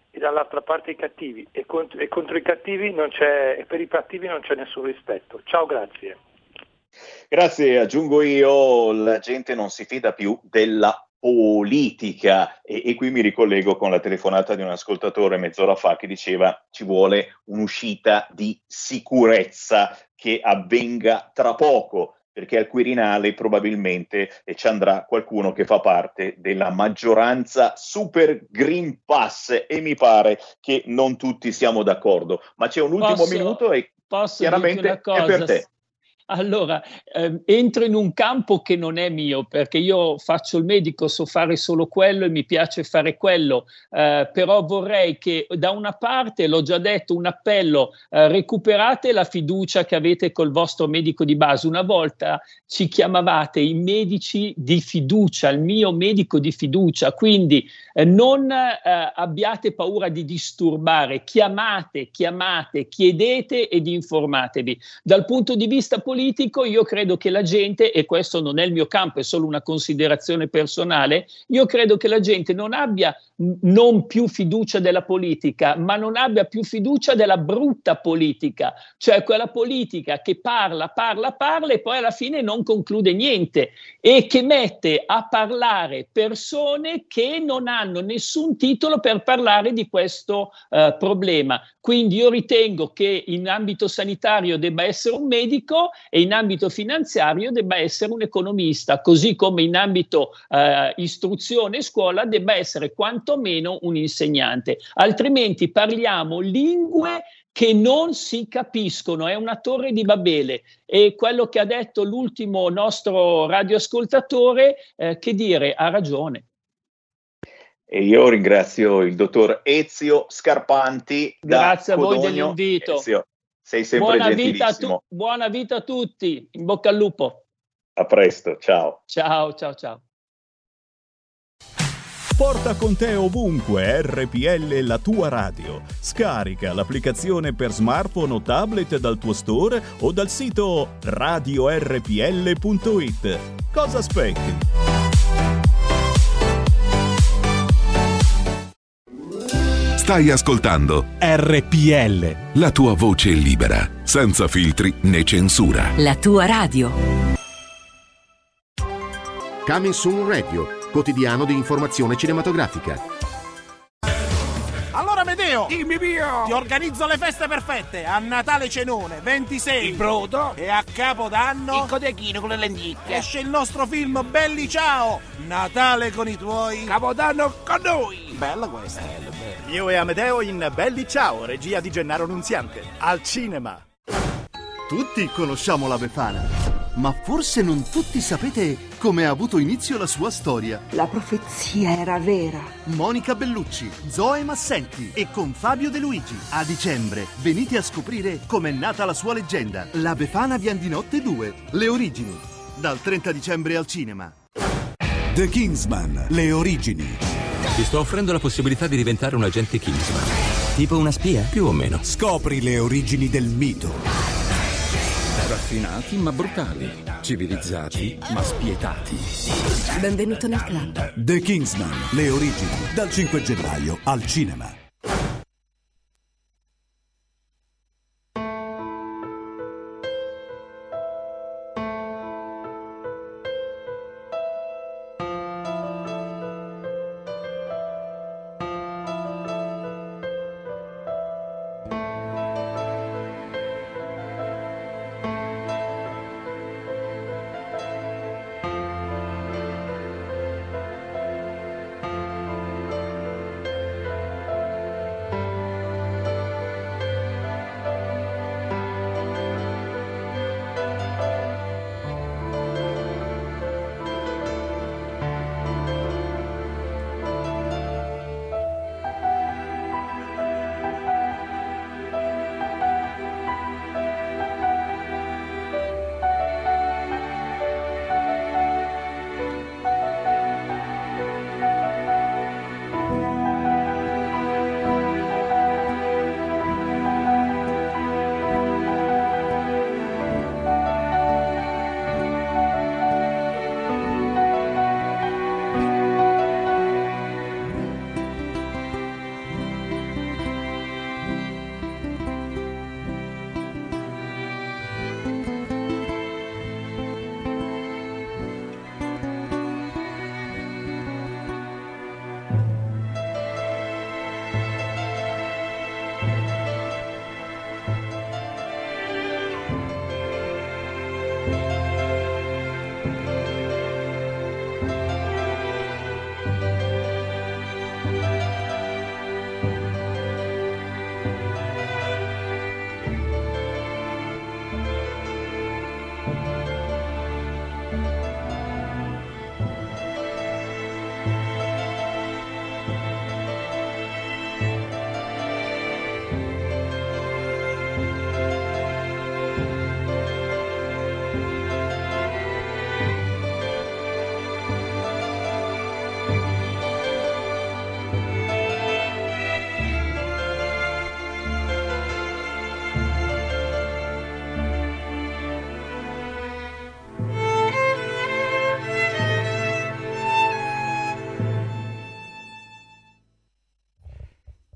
P: e dall'altra parte i cattivi, e contro, e contro i cattivi non c'è, e per i cattivi non c'è nessun rispetto. Ciao, grazie.
C: Grazie, aggiungo io, la gente non si fida più della politica e, e qui mi ricollego con la telefonata di un ascoltatore mezz'ora fa che diceva ci vuole un'uscita di sicurezza che avvenga tra poco, perché al Quirinale probabilmente ci andrà qualcuno che fa parte della maggioranza super Green Pass e mi pare che non tutti siamo d'accordo, ma c'è un ultimo
L: posso,
C: minuto e
L: posso
C: chiaramente
L: una cosa?
C: è per te.
L: Allora, eh, entro in un campo che non è mio, perché io faccio il medico, so fare solo quello e mi piace fare quello, eh, però vorrei che da una parte, l'ho già detto, un appello, eh, recuperate la fiducia che avete col vostro medico di base. Una volta ci chiamavate i medici di fiducia, il mio medico di fiducia, quindi eh, non eh, abbiate paura di disturbare, chiamate, chiamate, chiedete ed informatevi. Dal punto di vista politico, politico, io credo che la gente, e questo non è il mio campo, è solo una considerazione personale, io credo che la gente non abbia non più fiducia della politica, ma non abbia più fiducia della brutta politica, cioè quella politica che parla, parla, parla e poi alla fine non conclude niente e che mette a parlare persone che non hanno nessun titolo per parlare di questo uh, problema. Quindi io ritengo che in ambito sanitario debba essere un medico e in ambito finanziario debba essere un economista, così come in ambito uh, istruzione e scuola debba essere quantomeno un insegnante. Altrimenti parliamo lingue che non si capiscono, è una torre di Babele. E quello che ha detto l'ultimo nostro radioascoltatore, eh, che dire, ha ragione.
C: E io ringrazio il dottor Ezio Scarpanti.
L: Grazie
C: da
L: a voi
C: Codogno.
L: dell'invito.
C: Ezio, sei sempre
L: buona vita, a
C: gentilissimo.
L: tu- buona vita a tutti, in bocca al lupo.
C: A presto, ciao.
L: Ciao, ciao, ciao.
J: Porta con te ovunque R P L, la tua radio. Scarica l'applicazione per smartphone o tablet dal tuo store o dal sito radio erre pi elle punto it. Cosa aspetti?
I: Stai ascoltando
J: R P L,
I: la tua voce libera, senza filtri né censura.
E: La tua radio.
Q: Coming Soon Radio, quotidiano di informazione cinematografica.
R: Allora Medeo, dimmi mio, ti organizzo le feste perfette. A Natale cenone, ventisei, il brodo, e a Capodanno
S: il codechino con le lenticchie.
R: Esce il nostro film Belli Ciao, Natale con i tuoi,
S: Capodanno con noi.
R: Bella questa.
S: Bello, bello.
T: Io e Amedeo in Belli Ciao, regia di Gennaro Nunziante, al cinema.
U: Tutti conosciamo la Befana, ma forse non tutti sapete come ha avuto inizio la sua storia.
V: La profezia era vera.
U: Monica Bellucci, Zoe Massenti e con Fabio De Luigi. A dicembre venite a scoprire com'è nata la sua leggenda. La Befana Viandinotte due, le origini. Dal trenta dicembre al cinema.
W: The Kingsman, le origini.
X: Ti sto offrendo la possibilità di diventare un agente Kingsman. Tipo una spia? Più o meno.
W: Scopri le origini del mito.
Y: Raffinati ma brutali, civilizzati ma spietati.
E: Benvenuto nel club.
W: The Kingsman, le origini, dal cinque gennaio al cinema.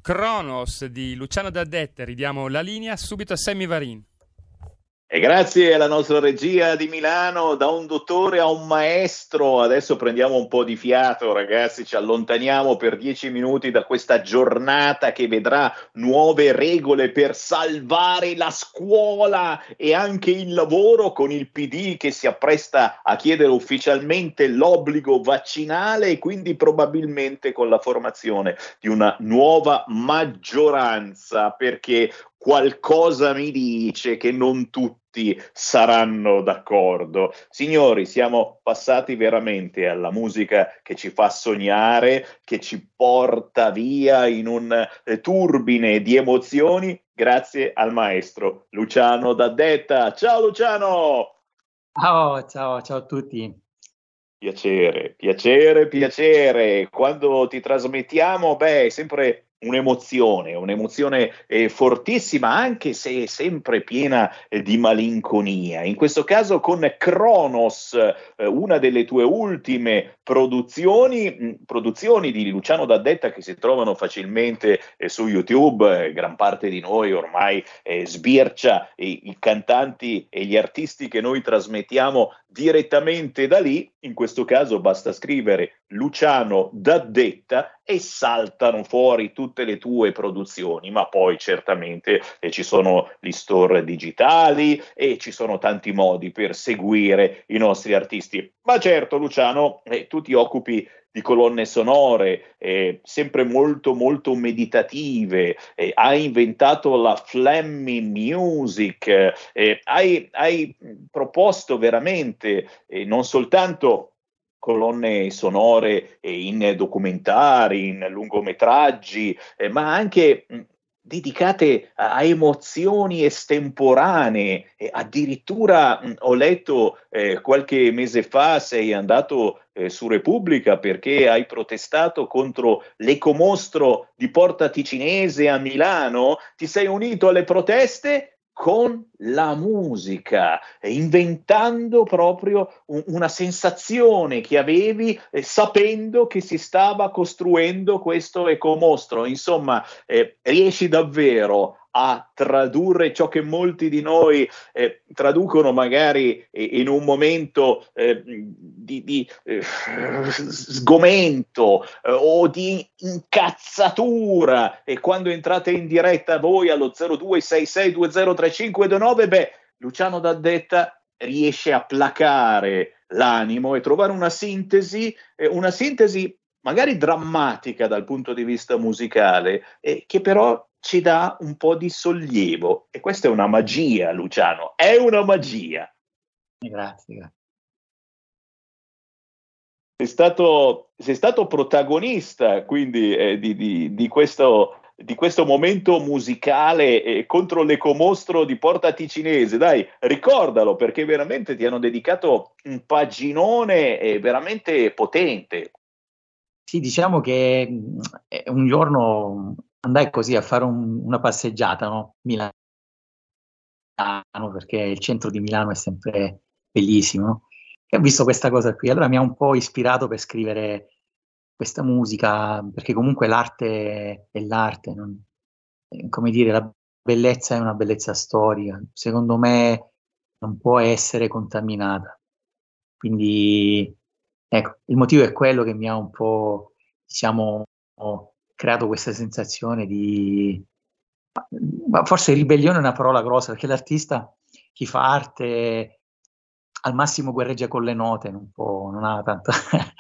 B: Cronos di Luciano D'Addetta. Ridiamo la linea subito a Sammy Varin.
C: E grazie alla nostra regia di Milano, da un dottore a un maestro. Adesso prendiamo un po' di fiato, ragazzi, ci allontaniamo per dieci minuti da questa giornata che vedrà nuove regole per salvare la scuola e anche il lavoro, con il P D che si appresta a chiedere ufficialmente l'obbligo vaccinale e quindi probabilmente con la formazione di una nuova maggioranza, perché qualcosa mi dice che non tutti saranno d'accordo. Signori, siamo passati veramente alla musica che ci fa sognare, che ci porta via in un eh, turbine di emozioni, grazie al maestro Luciano D'Addetta. Ciao Luciano!
A: Ciao, ciao, ciao a tutti.
C: Piacere, piacere, piacere. Quando ti trasmettiamo, beh, è sempre un'emozione, un'emozione eh, fortissima, anche se sempre piena eh, di malinconia. In questo caso con Cronos, eh, una delle tue ultime produzioni, mh, produzioni di Luciano D'Addetta che si trovano facilmente eh, su YouTube. Eh, gran parte di noi ormai eh, sbircia i, i cantanti e gli artisti che noi trasmettiamo direttamente da lì. In questo caso basta scrivere Luciano D'Addetta e saltano fuori tutte le tue produzioni, ma poi certamente eh, ci sono gli store digitali e ci sono tanti modi per seguire i nostri artisti. Ma certo, Luciano, eh, tu ti occupi di colonne sonore, eh, sempre molto molto meditative, eh, hai inventato la Flammy Music, eh, hai, hai proposto veramente eh, non soltanto colonne sonore eh, in documentari, in lungometraggi, eh, ma anche mh, dedicate a, a emozioni estemporanee. Eh, addirittura mh, ho letto eh, qualche mese fa sei andato eh, su Repubblica perché hai protestato contro l'ecomostro di Porta Ticinese a Milano. Ti sei unito alle proteste con la musica, inventando proprio un, una sensazione che avevi eh, sapendo che si stava costruendo questo ecomostro. Insomma, eh, riesci davvero a tradurre ciò che molti di noi eh, traducono magari eh, in un momento eh, di, di eh, sgomento eh, o di incazzatura, e quando entrate in diretta voi allo zero due sei sei due zero tre cinque due nove, beh, Luciano D'Addetta riesce a placare l'animo e trovare una sintesi, eh, una sintesi magari drammatica dal punto di vista musicale, eh, che però ci dà un po' di sollievo. E questa è una magia, Luciano, è una magia.
A: Grazie, grazie.
C: Sei stato, sei stato protagonista quindi eh, di, di, di, questo, di questo momento musicale eh, contro l'ecomostro di Porta Ticinese. Dai, ricordalo, perché veramente ti hanno dedicato un paginone eh, veramente potente.
A: Sì, diciamo che eh, un giorno andai così a fare un, una passeggiata, no? Milano, perché il centro di Milano è sempre bellissimo, no? E ho visto questa cosa qui, allora mi ha un po' ispirato per scrivere questa musica, perché comunque l'arte è l'arte, non, come dire, la bellezza è una bellezza storica, secondo me non può essere contaminata. Quindi, ecco, il motivo è quello che mi ha un po', diciamo, creato questa sensazione di, ma forse ribellione è una parola grossa, perché l'artista, chi fa arte, al massimo guerreggia con le note, non può, non ha tanto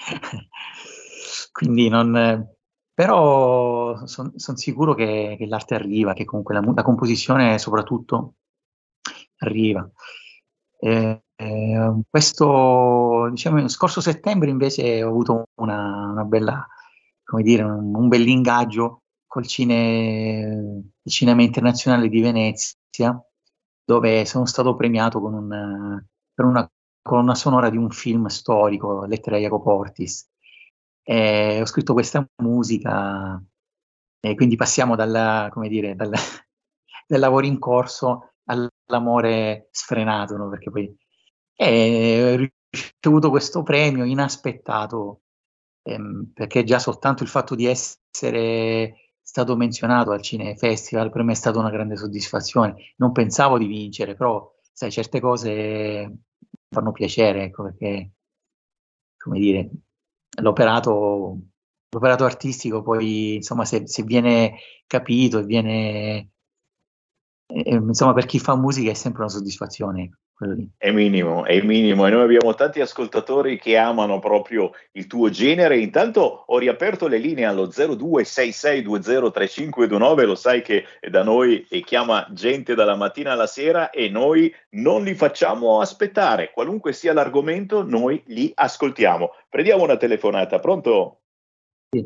A: quindi non, però sono son sicuro che, che l'arte arriva, che comunque la, la composizione soprattutto arriva. Eh, eh, questo, diciamo, scorso settembre invece ho avuto una, una bella, come dire, un, un bell'ingaggio col cine, il Cinema Internazionale di Venezia, dove sono stato premiato con un, per una colonna sonora di un film storico, Lettera a Jacopo Ortis. E ho scritto questa musica, e quindi passiamo dalla, come dire, dal, dal lavoro in corso all'amore sfrenato, no? Perché poi e ho ricevuto questo premio inaspettato, ehm, perché già soltanto il fatto di essere stato menzionato al Cine Festival, per me è stata una grande soddisfazione. Non pensavo di vincere, però sai, certe cose fanno piacere, ecco, perché, come dire, l'operato, l'operato artistico poi, insomma, se, se viene capito e viene, eh, insomma, per chi fa musica è sempre una soddisfazione, quello lì.
C: È minimo, è minimo, e noi abbiamo tanti ascoltatori che amano proprio il tuo genere. Intanto ho riaperto le linee allo zero due sei sei due zero tre cinque due nove, lo sai che da noi chiama gente dalla mattina alla sera e noi non li facciamo aspettare, qualunque sia l'argomento noi li ascoltiamo. Prendiamo una telefonata, pronto?
A: Sì.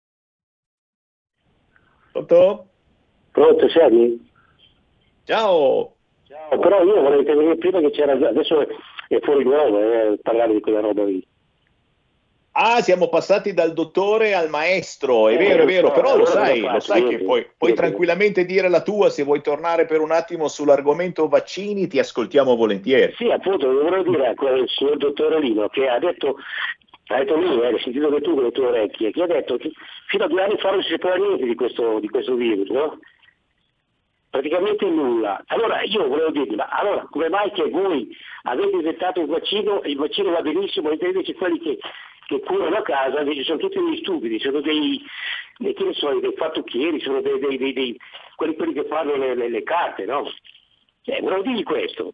C: Pronto?
D: Pronto, sei?
C: Ciao!
D: Ciao, però io vorrei intervenire prima, che c'era, adesso è fuori luogo eh, parlare di quella roba lì.
C: Ah, siamo passati dal dottore al maestro, è vero, è vero, però lo sai, lo sai che puoi, puoi tranquillamente dire la tua. Se vuoi tornare per un attimo sull'argomento vaccini, ti ascoltiamo volentieri.
D: Sì, appunto, vorrei dire a quel signor dottore Lino che ha detto, ha detto lui, eh, hai sentito che tu con le tue orecchie, che ha detto che fino a due anni fa non si sapeva niente di questo, di questo virus, no? Praticamente nulla. Allora io volevo dirvi, ma allora come mai che voi avete inventato un vaccino e il vaccino va benissimo, e invece quelli che, che curano a casa invece sono tutti dei stupidi, sono dei, dei che ne so, dei fattucchieri, sono dei, dei, dei, dei quelli, quelli che fanno le, le, le carte, no? Eh, volevo dirgli questo.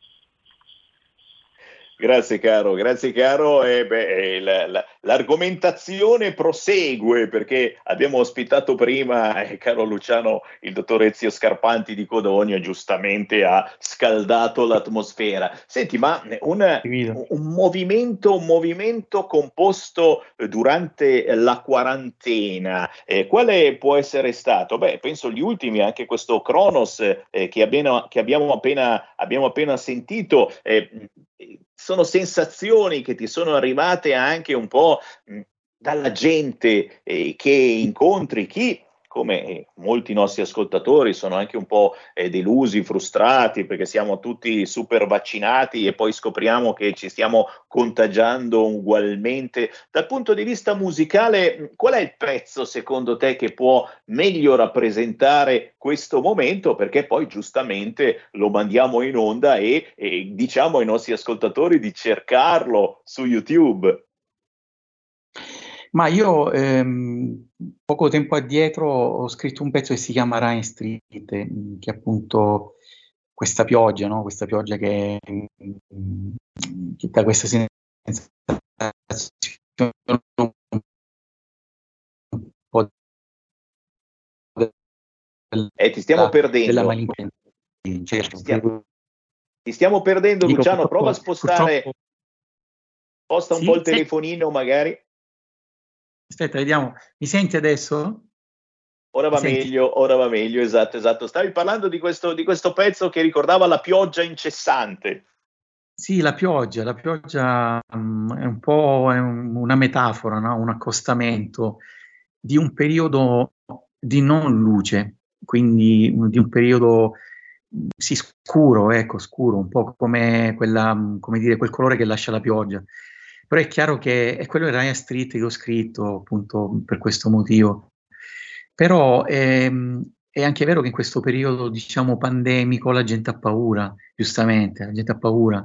C: Grazie caro, grazie caro. E beh, la, la, l'argomentazione prosegue, perché abbiamo ospitato prima, eh, caro Luciano, il dottor Ezio Scarpanti di Codogno, giustamente ha scaldato l'atmosfera. Senti, ma un, un movimento, un movimento composto durante la quarantena, eh, quale può essere stato? Beh, penso gli ultimi, anche questo Cronos eh, che, abbiamo, che abbiamo, appena, abbiamo appena sentito. Eh, sono sensazioni che ti sono arrivate anche un po' mh, dalla gente eh, che incontri, chi, come eh, molti nostri ascoltatori, sono anche un po' eh, delusi, frustrati, perché siamo tutti super vaccinati e poi scopriamo che ci stiamo contagiando ugualmente. Dal punto di vista musicale, qual è il pezzo secondo te che può meglio rappresentare questo momento? Perché poi giustamente lo mandiamo in onda e, e diciamo ai nostri ascoltatori di cercarlo su YouTube.
A: Ma io ehm, poco tempo addietro ho scritto un pezzo che si chiama Rhine Street, eh, che è appunto questa pioggia, no? Questa pioggia che, che dà questa sensazione un po' del,
C: eh, ti stiamo
A: della,
C: perdendo.
A: Della malinconia. Certo.
C: Ti stiamo, ti stiamo perdendo, dico, Luciano, prova a spostare, sposta un sì, po' il telefonino magari.
A: Aspetta, vediamo. Mi senti adesso?
C: Ora va
A: Mi
C: meglio,
A: senti?
C: ora va meglio, esatto, esatto. Stavi parlando di questo, di questo pezzo che ricordava la pioggia incessante.
A: Sì, la pioggia, la pioggia um, è un po' è un, una metafora, no? Un accostamento di un periodo di non luce, quindi di un periodo sì, scuro, ecco, scuro, un po' come quella, come dire, quel colore che lascia la pioggia. Però è chiaro che è quello del Rhine Street che ho scritto appunto per questo motivo. Però ehm, è anche vero che in questo periodo, diciamo, pandemico la gente ha paura, giustamente, la gente ha paura,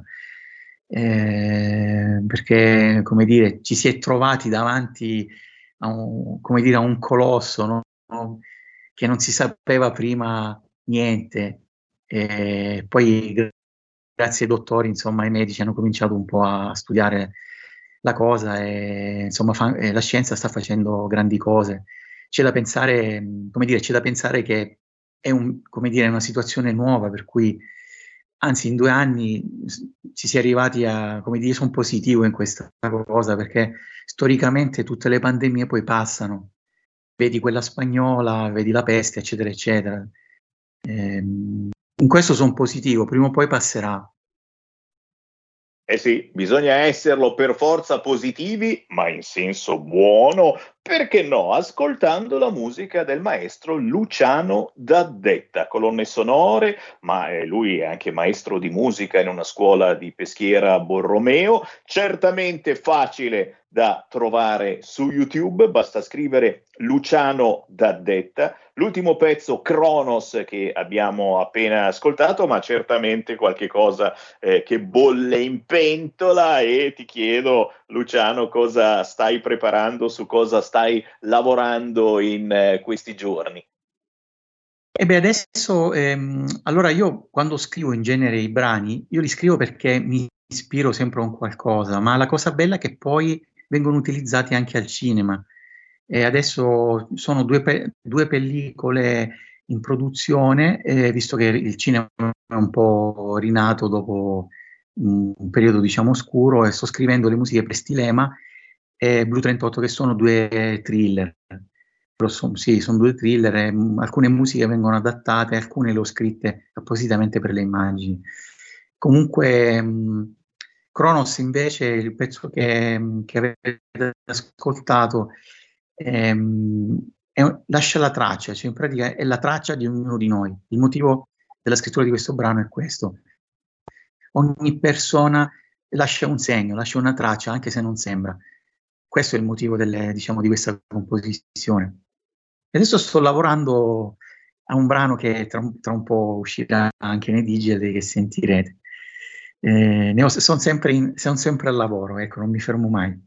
A: eh, perché, come dire, ci si è trovati davanti a un, come dire, a un colosso, no? Che non si sapeva prima niente. E poi, grazie ai dottori, insomma, i medici hanno cominciato un po' a studiare la cosa e insomma fa, eh, la scienza sta facendo grandi cose. C'è da pensare, come dire, c'è da pensare che è un, come dire, una situazione nuova, per cui anzi in due anni ci si è arrivati a, come dire, sono positivo in questa cosa, perché storicamente tutte le pandemie poi passano, vedi quella spagnola, vedi la peste, eccetera, eccetera. Ehm, in questo sono positivo, prima o poi passerà.
C: Eh sì, bisogna esserlo per forza positivi, ma in senso buono, perché no? Ascoltando la musica del maestro Luciano D'Addetta, colonne sonore, ma eh, lui è anche maestro di musica in una scuola di Peschiera Borromeo, certamente facile da trovare su YouTube, basta scrivere Luciano D'Addetta. L'ultimo pezzo, Kronos, che abbiamo appena ascoltato, ma certamente qualche cosa eh, che bolle in pentola, e ti chiedo, Luciano, cosa stai preparando, su cosa stai lavorando in eh, questi giorni?
A: E beh, adesso, ehm, allora io quando scrivo in genere i brani, io li scrivo perché mi ispiro sempre a un qualcosa, ma la cosa bella è che poi vengono utilizzati anche al cinema. E adesso sono due, pe- due pellicole in produzione, eh, visto che il cinema è un po' rinato dopo un, un periodo, diciamo, oscuro, e sto scrivendo le musiche per Stilema e Blu trentotto, che sono due thriller. Però son- sì, sono due thriller, e, mh, alcune musiche vengono adattate, alcune le ho scritte appositamente per le immagini. Comunque, mh, Kronos invece, il pezzo che, che avete ascoltato, ehm, è un- lascia la traccia, cioè in pratica è la traccia di ognuno di noi. Il motivo della scrittura di questo brano è questo. Ogni persona lascia un segno, lascia una traccia, anche se non sembra. Questo è il motivo delle, diciamo, di questa composizione. E adesso sto lavorando a un brano che tra, un- tra un po' uscirà anche nei digital, che sentirete. Eh, ne ho- sono sempre, in- son sempre al lavoro, ecco, non mi fermo mai.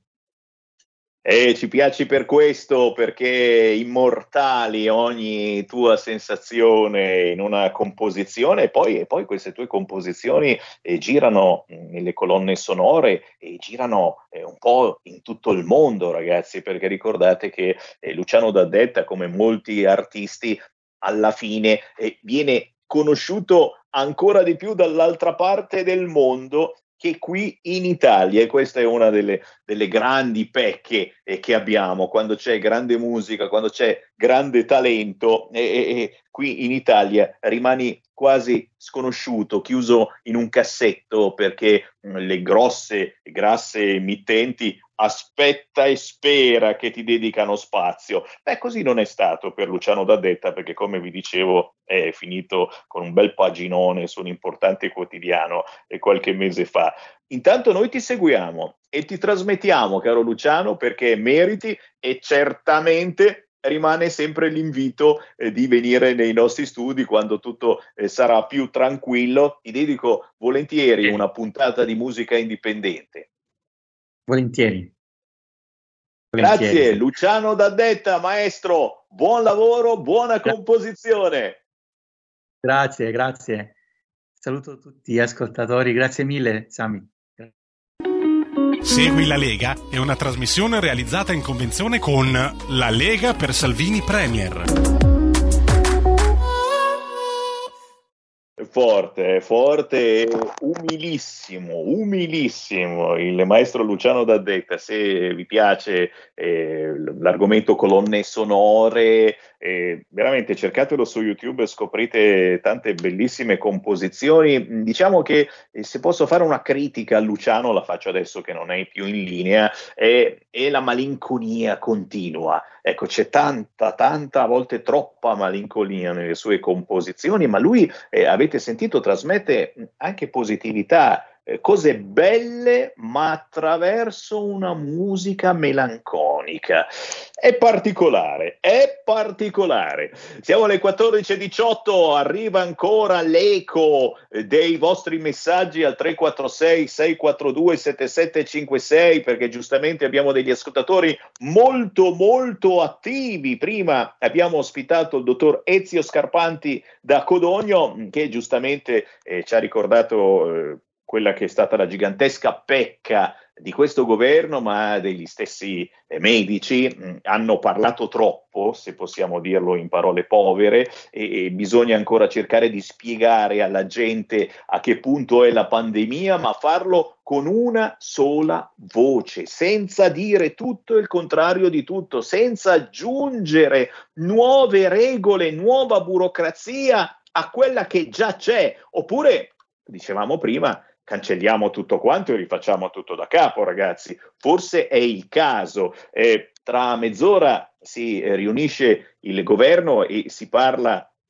C: E ci piaci per questo, perché immortali ogni tua sensazione in una composizione, e poi, e poi queste tue composizioni eh, girano mh, nelle colonne sonore e girano eh, un po' in tutto il mondo, ragazzi, perché ricordate che eh, Luciano D'Addetta, come molti artisti, alla fine eh, viene conosciuto ancora di più dall'altra parte del mondo che qui in Italia, e questa è una delle, delle grandi pecche eh, che abbiamo quando c'è grande musica, quando c'è grande talento, e, e, e qui in Italia rimani quasi sconosciuto, chiuso in un cassetto, perché mh, le grosse, grasse emittenti aspetta e spera che ti dedicano spazio. Beh, così non è stato per Luciano D'Addetta, perché come vi dicevo è finito con un bel paginone su un importante quotidiano eh, qualche mese fa. Intanto noi ti seguiamo e ti trasmettiamo, caro Luciano, perché meriti, e certamente rimane sempre l'invito eh, di venire nei nostri studi quando tutto eh, sarà più tranquillo. Ti dedico volentieri una puntata di musica indipendente.
A: Volentieri.
C: Grazie,
A: Volentieri.
C: Luciano D'Addetta, maestro, buon lavoro, buona composizione.
A: Grazie, grazie. Saluto tutti gli ascoltatori, grazie mille, Sami.
R: Segui la Lega è una trasmissione realizzata in convenzione con La Lega per Salvini Premier.
C: Forte, forte e umilissimo, umilissimo il maestro Luciano D'Addetta. Se vi piace eh, l'argomento colonne sonore, eh, veramente cercatelo su YouTube e scoprite tante bellissime composizioni. Diciamo che eh, se posso fare una critica a Luciano, la faccio adesso che non è più in linea, è, è la malinconia continua. Ecco, c'è tanta, tanta, a volte troppa malinconia nelle sue composizioni, ma lui, eh, avete sentito, trasmette anche positività, eh, cose belle, ma attraverso una musica melanconica. È particolare, è particolare. Siamo alle quattordici e diciotto, arriva ancora l'eco eh, dei vostri messaggi al tre quattro sei sei quattro due sette sette cinque sei, perché giustamente abbiamo degli ascoltatori molto molto attivi. Prima abbiamo ospitato il dottor Ezio Scarpanti da Codogno, che giustamente eh, ci ha ricordato eh, quella che è stata la gigantesca pecca di questo governo, ma degli stessi eh, medici mh, hanno parlato troppo, se possiamo dirlo in parole povere, e, e bisogna ancora cercare di spiegare alla gente a che punto è la pandemia, ma farlo con una sola voce, senza dire tutto il contrario di tutto, senza aggiungere nuove regole, nuova burocrazia a quella che già c'è, oppure, dicevamo prima, cancelliamo tutto quanto e rifacciamo tutto da capo, ragazzi. Forse è il caso. Eh, tra mezz'ora si eh, riunisce il governo e si parla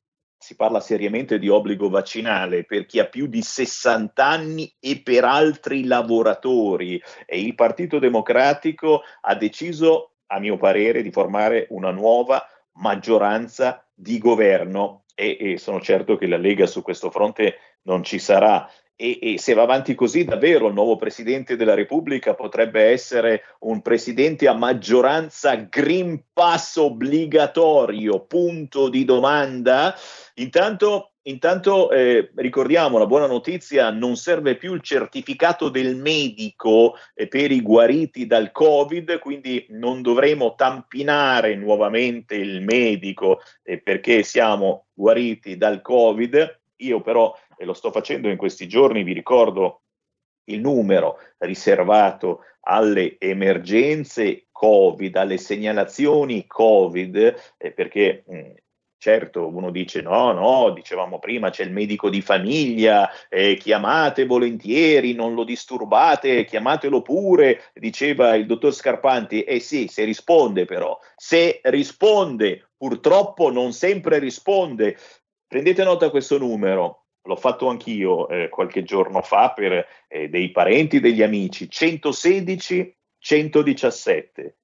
C: si parla seriamente di obbligo vaccinale per chi ha più di sessanta anni e per altri lavoratori, e il Partito Democratico ha deciso, a mio parere, di formare una nuova maggioranza di governo e, e sono certo che la Lega su questo fronte non ci sarà. E, e se va avanti così, davvero il nuovo Presidente della Repubblica potrebbe essere un Presidente a maggioranza Green Pass obbligatorio, punto di domanda. Intanto, intanto eh, ricordiamo la buona notizia: non serve più il certificato del medico eh, per i guariti dal Covid, quindi non dovremo tampinare nuovamente il medico eh, perché siamo guariti dal Covid. Io però e lo sto facendo in questi giorni, vi ricordo il numero riservato alle emergenze Covid, alle segnalazioni Covid, eh, perché mh, certo uno dice no, no, dicevamo prima c'è il medico di famiglia, eh, chiamate volentieri, non lo disturbate, chiamatelo pure, diceva il dottor Scarpanti. Eh sì, se risponde però, se risponde, purtroppo non sempre risponde. Prendete nota questo numero. L'ho fatto anch'io eh, qualche giorno fa per eh, dei parenti, degli amici, centosedici centodiciassette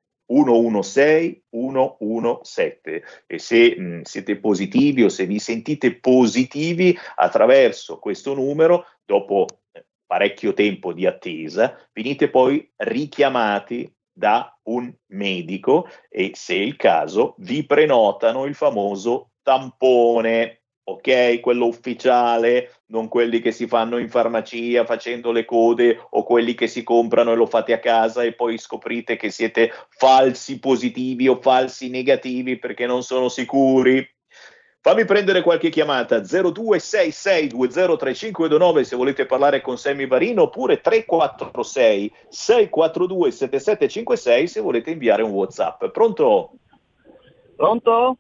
C: centosei centosette, e se mh, siete positivi o se vi sentite positivi, attraverso questo numero, dopo eh, parecchio tempo di attesa, venite poi richiamati da un medico e, se è il caso, vi prenotano il famoso tampone. Ok, quello ufficiale, non quelli che si fanno in farmacia facendo le code o quelli che si comprano e lo fate a casa e poi scoprite che siete falsi positivi o falsi negativi perché non sono sicuri. Fammi prendere qualche chiamata: zero due sei sei due zero tre cinque due nove se volete parlare con Sammy Varin, oppure tre quattro sei sei quattro due sette sette cinque sei se volete inviare un WhatsApp. Pronto?
F: Pronto?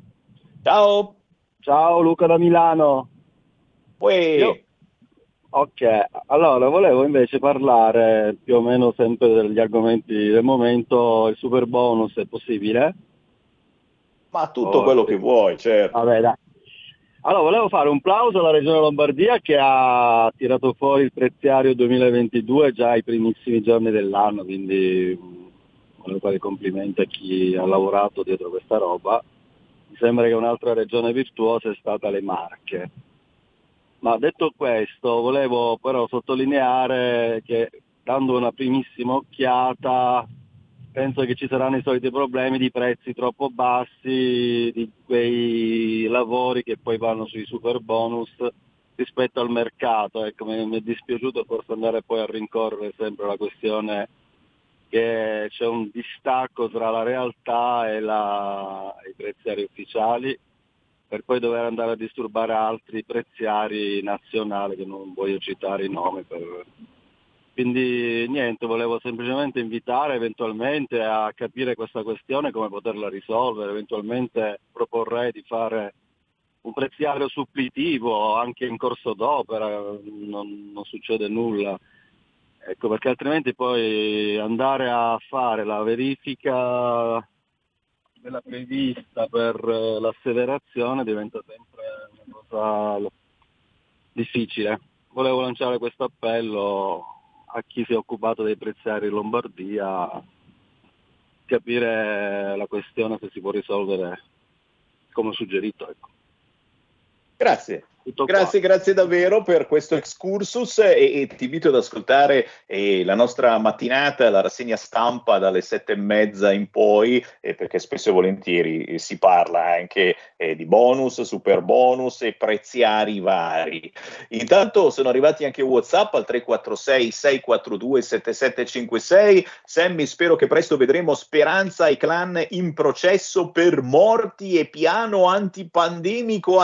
C: Ciao.
F: Ciao, Luca da Milano.
C: Io...
F: Ok, allora volevo invece parlare più o meno sempre degli argomenti del momento. Il super bonus è possibile?
C: Ma tutto
F: oh,
C: quello
F: sì.
C: che vuoi, certo.
F: Vabbè, dai. Allora, volevo fare un plauso alla Regione Lombardia che ha tirato fuori il preziario duemilaventidue già ai primissimi giorni dell'anno, quindi volevo fare i complimenti a chi ha lavorato dietro questa roba. Mi sembra che un'altra regione virtuosa è stata le Marche. Ma detto questo, volevo però sottolineare che, dando una primissima occhiata, penso che ci saranno i soliti problemi di prezzi troppo bassi, di quei lavori che poi vanno sui super bonus rispetto al mercato. Ecco, mi, mi è dispiaciuto forse andare poi a rincorrere sempre la questione che c'è un distacco tra la realtà e la, i preziari ufficiali, per poi dover andare a disturbare altri preziari nazionali che non voglio citare i nomi. Per... Quindi niente, volevo semplicemente invitare eventualmente a capire questa questione, come poterla risolvere. Eventualmente proporrei di fare un preziario supplitivo anche in corso d'opera, non, non succede nulla. Ecco, perché altrimenti poi andare a fare la verifica della prevista per l'asseverazione diventa sempre una cosa difficile. Volevo lanciare questo appello a chi si è occupato dei preziari in Lombardia, capire la questione se si può risolvere come suggerito. Ecco.
C: Grazie. Grazie, grazie davvero per questo excursus e, e ti invito ad ascoltare eh, la nostra mattinata, la rassegna stampa dalle sette e mezza in poi, eh, perché spesso e volentieri eh, si parla anche eh, di bonus, super bonus e preziari vari. Intanto sono arrivati anche WhatsApp al tre quattro sei sei quattro due sette sette cinque sei. Sammy, spero che presto vedremo Speranza e Clan in processo per morti e piano antipandemico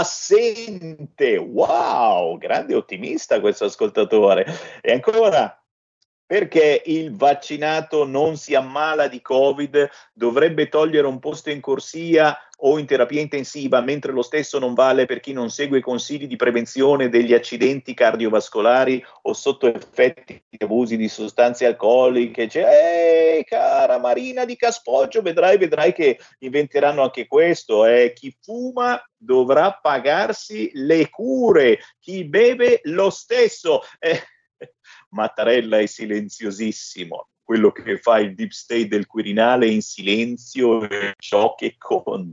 C: assente. Wow, grande ottimista questo ascoltatore. E ancora, Perché il vaccinato non si ammala di Covid, dovrebbe togliere un posto in corsia o in terapia intensiva, mentre lo stesso non vale per chi non segue i consigli di prevenzione degli accidenti cardiovascolari o sotto effetti di abusi di sostanze alcoliche. Cioè, ehi, cara Marina di Caspoggio, vedrai, vedrai che inventeranno anche questo. Eh. Chi fuma dovrà pagarsi le cure, chi beve lo stesso. Eh. Mattarella è silenziosissimo. Quello che fa il deep state del Quirinale in silenzio è ciò che conta.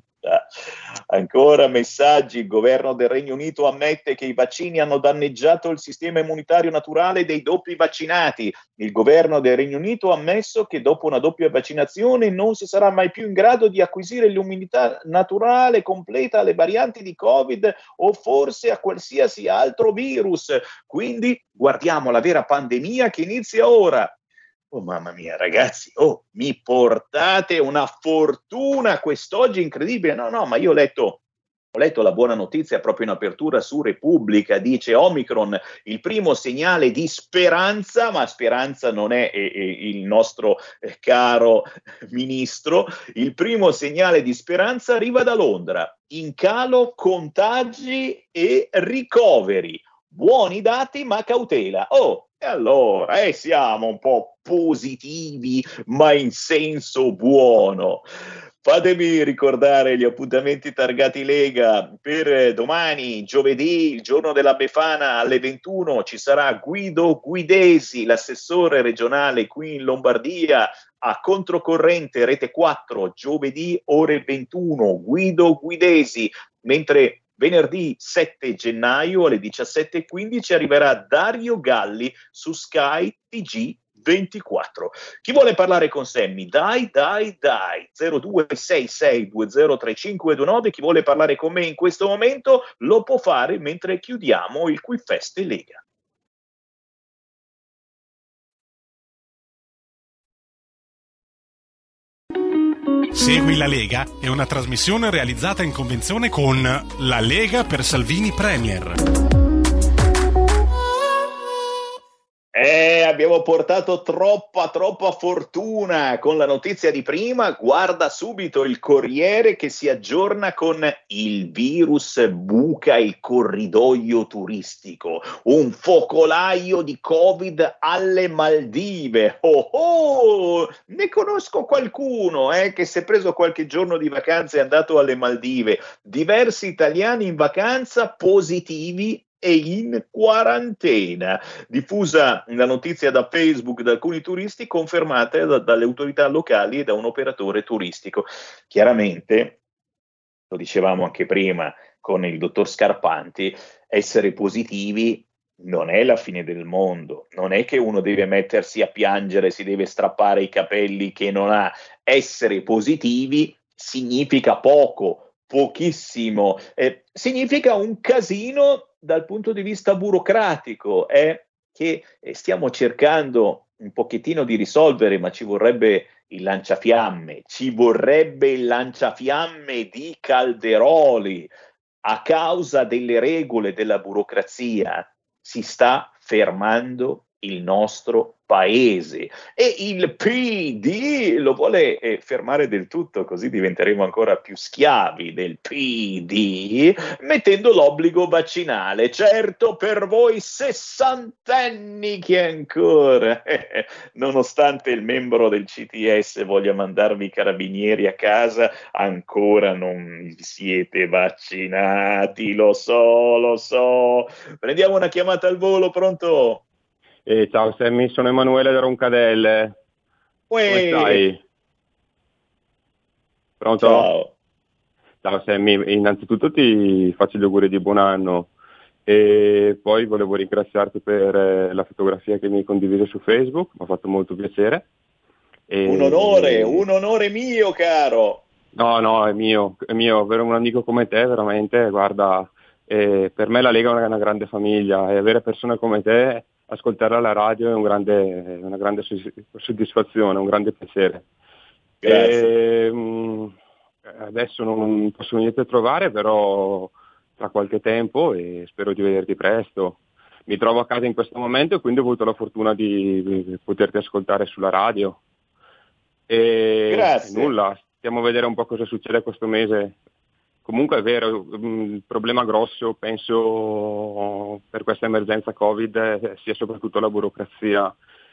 C: Ancora messaggi. Il governo del Regno Unito ammette che i vaccini hanno danneggiato il sistema immunitario naturale dei doppi vaccinati. Il governo del Regno Unito ha ammesso che dopo una doppia vaccinazione non si sarà mai più in grado di acquisire l'immunità naturale completa alle varianti di Covid o forse a qualsiasi altro virus. Quindi guardiamo la vera pandemia che inizia ora. Oh mamma mia ragazzi, oh mi portate una fortuna quest'oggi incredibile. No no, ma io ho letto Ho letto la buona notizia proprio in apertura su Repubblica, dice Omicron, il primo segnale di speranza, ma speranza non è, è, è il nostro eh, caro ministro, il primo segnale di speranza arriva da Londra, in calo contagi e ricoveri, buoni dati ma cautela. Oh, e allora, eh, siamo un po' positivi, ma in senso buono. Fatemi ricordare gli appuntamenti targati Lega per domani, giovedì, il giorno della Befana alle ventuno, ci sarà Guido Guidesi, l'assessore regionale qui in Lombardia, a Controcorrente Rete quattro, giovedì ore ventuno, Guido Guidesi, mentre venerdì sette gennaio alle diciassette e quindici arriverà Dario Galli su Sky T G ventiquattro. Chi vuole parlare con Sammy? Dai, dai, dai. zero due sei sei due zero tre cinque due nove. Chi vuole parlare con me in questo momento lo può fare mentre chiudiamo il Quifest Lega.
G: Segui la Lega è una trasmissione realizzata in convenzione con La Lega per Salvini Premier.
C: Eh, abbiamo portato troppa, troppa fortuna con la notizia di prima. Guarda subito il Corriere che si aggiorna con il virus buca il corridoio turistico, un focolaio di Covid alle Maldive. Oh, oh, ne conosco qualcuno eh, che si è preso qualche giorno di vacanza e è andato alle Maldive. Diversi italiani in vacanza positivi e in quarantena. Diffusa la notizia da Facebook da alcuni turisti, confermata da, dalle autorità locali e da un operatore turistico. Chiaramente, lo dicevamo anche prima con il dottor Scarpanti, essere positivi non è la fine del mondo, non è che uno deve mettersi a piangere, si deve strappare i capelli che non ha. Essere positivi significa poco, pochissimo, eh, significa un casino dal punto di vista burocratico, è che stiamo cercando un pochettino di risolvere, ma ci vorrebbe il lanciafiamme, ci vorrebbe il lanciafiamme di Calderoli. A causa delle regole della burocrazia si sta fermando il nostro paese e il P D lo vuole eh, fermare del tutto, così diventeremo ancora più schiavi del P D, mettendo l'obbligo vaccinale. Certo, per voi sessantenni che ancora, eh, nonostante il membro del C T S voglia mandarvi i carabinieri a casa, ancora non siete vaccinati, lo so, lo so. Prendiamo una chiamata al volo, pronto?
H: Eh, ciao Sammy, sono Emanuele da Roncadelle. Uè. Come stai? Pronto?
C: Ciao.
H: Ciao Sammy, innanzitutto ti faccio gli auguri di buon anno e poi volevo ringraziarti per eh, la fotografia che mi hai condiviso su Facebook, mi ha fatto molto piacere. E...
C: Un onore, un onore mio caro.
H: No, no, è mio, è mio, avere un amico come te veramente, guarda, eh, per me la Lega è una, una grande famiglia e avere persone come te, ascoltarla alla radio è un grande, una grande soddisfazione, un grande piacere.
C: Grazie.
H: E, mh, adesso non posso niente trovare, però tra qualche tempo e spero di vederti presto. mi trovo a casa in questo momento e quindi ho avuto la fortuna di, di poterti ascoltare sulla radio. E
C: Grazie.
H: nulla, stiamo a vedere un po' cosa succede questo mese. Comunque è vero, il problema grosso penso per questa emergenza Covid sia soprattutto la burocrazia.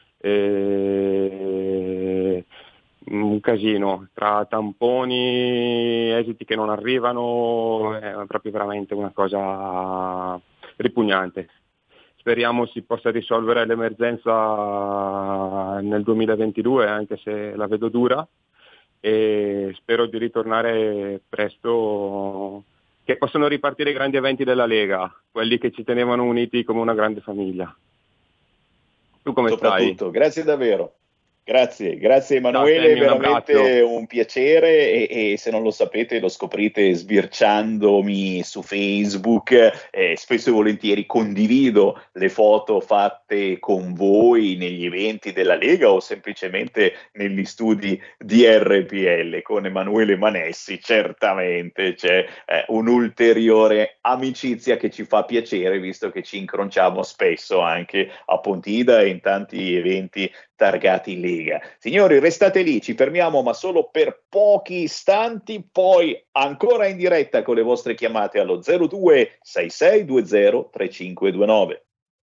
H: E un casino tra tamponi, esiti che non arrivano, è proprio veramente una cosa ripugnante. Speriamo si possa risolvere l'emergenza nel duemilaventidue, anche se la vedo dura, e spero di ritornare presto, che possano ripartire i grandi eventi della Lega, quelli che ci tenevano uniti come una grande famiglia. Tu come stai?
C: Grazie davvero. Grazie, grazie Emanuele,
H: Ciao,
C: veramente un, un piacere e, e se non lo sapete lo scoprite sbirciandomi su Facebook, eh, spesso e volentieri condivido le foto fatte con voi negli eventi della Lega o semplicemente negli studi di R P L con Emanuele Manessi. Certamente c'è eh, un'ulteriore amicizia che ci fa piacere visto che ci incrociamo spesso anche a Pontida e in tanti eventi targati Lega. Signori, restate lì, ci fermiamo ma solo per pochi istanti, poi ancora in diretta con le vostre chiamate allo zero due sei sei due zero tre cinque due nove.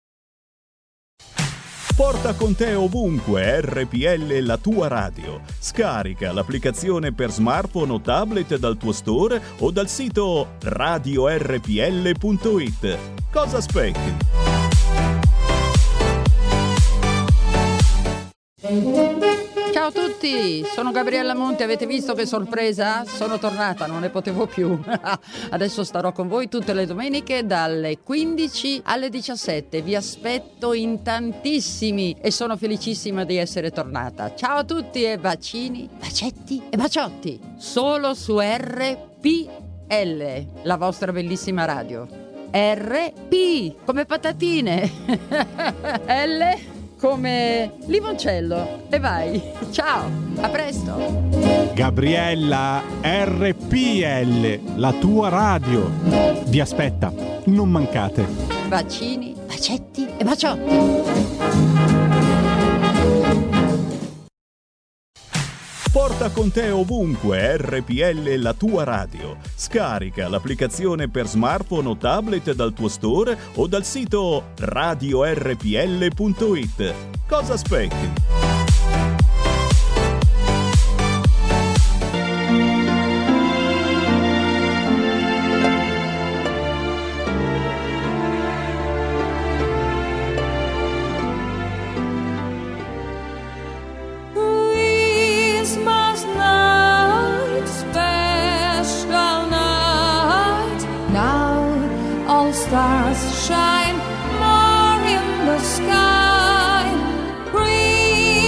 J: Porta con te ovunque R P L, la tua radio. Scarica l'applicazione per smartphone o tablet dal tuo store o dal sito radio R P L punto it. Cosa aspetti?
K: Ciao a tutti, sono Gabriella Monti, avete visto che sorpresa? Sono tornata, non ne potevo più. Adesso starò con voi tutte le domeniche dalle quindici alle diciassette, vi aspetto in tantissimi e sono felicissima di essere tornata. Ciao a tutti e bacini, bacetti e baciotti, solo su R P L, la vostra bellissima radio. R P come patatine, L come limoncello. E vai, ciao, a presto.
M: Gabriella, R P L, la tua radio, vi aspetta, non mancate.
K: Bacini, bacetti e baciotti.
J: Porta con te ovunque R P L, la tua radio. Scarica l'applicazione per smartphone o tablet dal tuo store o dal sito radio R P L punto it. Cosa aspetti?
N: Stars shine more in the sky. Christmas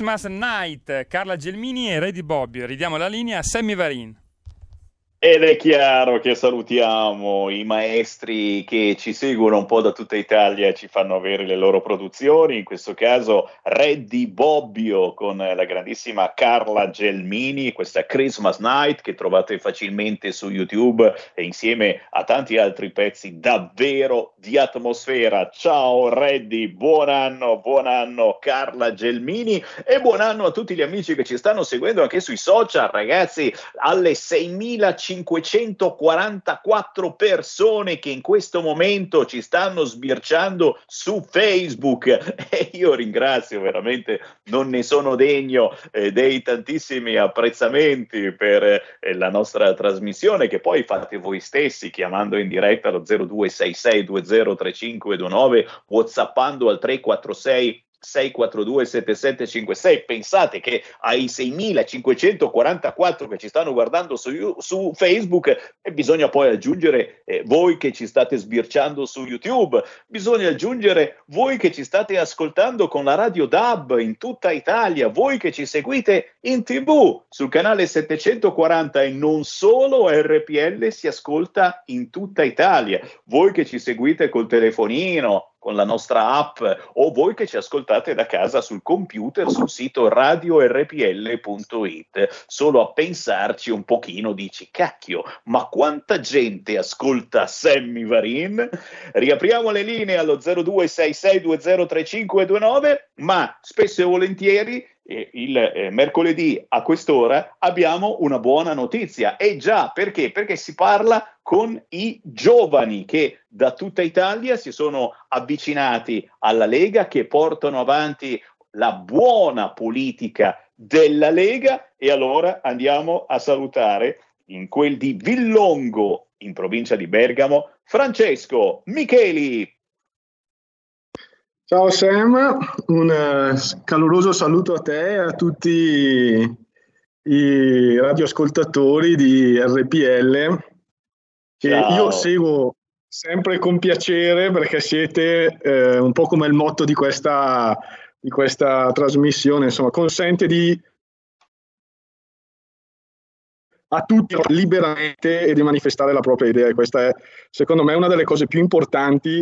B: Christmas Night, Carla Gelmini e Reddy Bobbio. Ridiamo la linea a Sammy Varin.
C: Ed è chiaro che salutiamo i maestri che ci seguono un po' da tutta Italia e ci fanno avere le loro produzioni, in questo caso Reddy Bobbio con la grandissima Carla Gelmini, questa Christmas Night che trovate facilmente su YouTube e insieme a tanti altri pezzi davvero di atmosfera. Ciao Reddy, buon anno, buon anno Carla Gelmini e buon anno a tutti gli amici che ci stanno seguendo anche sui social, ragazzi, alle seimilacinquecentoquarantaquattro persone che in questo momento ci stanno sbirciando su Facebook e io ringrazio veramente, non ne sono degno eh, dei tantissimi apprezzamenti per eh, la nostra trasmissione che poi fate voi stessi chiamando in diretta allo zero due sei sei due zero tre cinque due nove, whatsappando al tre quattro sei sei quattro due sette sette cinque sei. Pensate che ai seimilacinquecentoquarantaquattro che ci stanno guardando su, su Facebook e bisogna poi aggiungere eh, voi che ci state sbirciando su YouTube, bisogna aggiungere voi che ci state ascoltando con la radio D A B in tutta Italia, voi che ci seguite in TV sul canale settecentoquaranta e non solo, R P L si ascolta in tutta Italia, voi che ci seguite col telefonino, con la nostra app o voi che ci ascoltate da casa sul computer sul sito radio R P L punto it. Solo a pensarci un pochino dici cacchio, ma quanta gente ascolta Sammy Varin? Riapriamo le linee allo zero due sei sei due zero tre cinque due nove, ma spesso e volentieri Eh, il eh, mercoledì a quest'ora abbiamo una buona notizia. E già, perché? Perché si parla con i giovani che da tutta Italia si sono avvicinati alla Lega, che portano avanti la buona politica della Lega. E allora andiamo a salutare in quel di Villongo, in provincia di Bergamo, Francesco Micheli.
I: Ciao Sam, un uh, caloroso saluto a te e a tutti i radioascoltatori di R P L che
C: Ciao.
I: Io seguo sempre con piacere perché siete eh, un po' come il motto di questa, di questa trasmissione, insomma, consente di a tutti liberamente e di manifestare la propria idea. E questa è secondo me una delle cose più importanti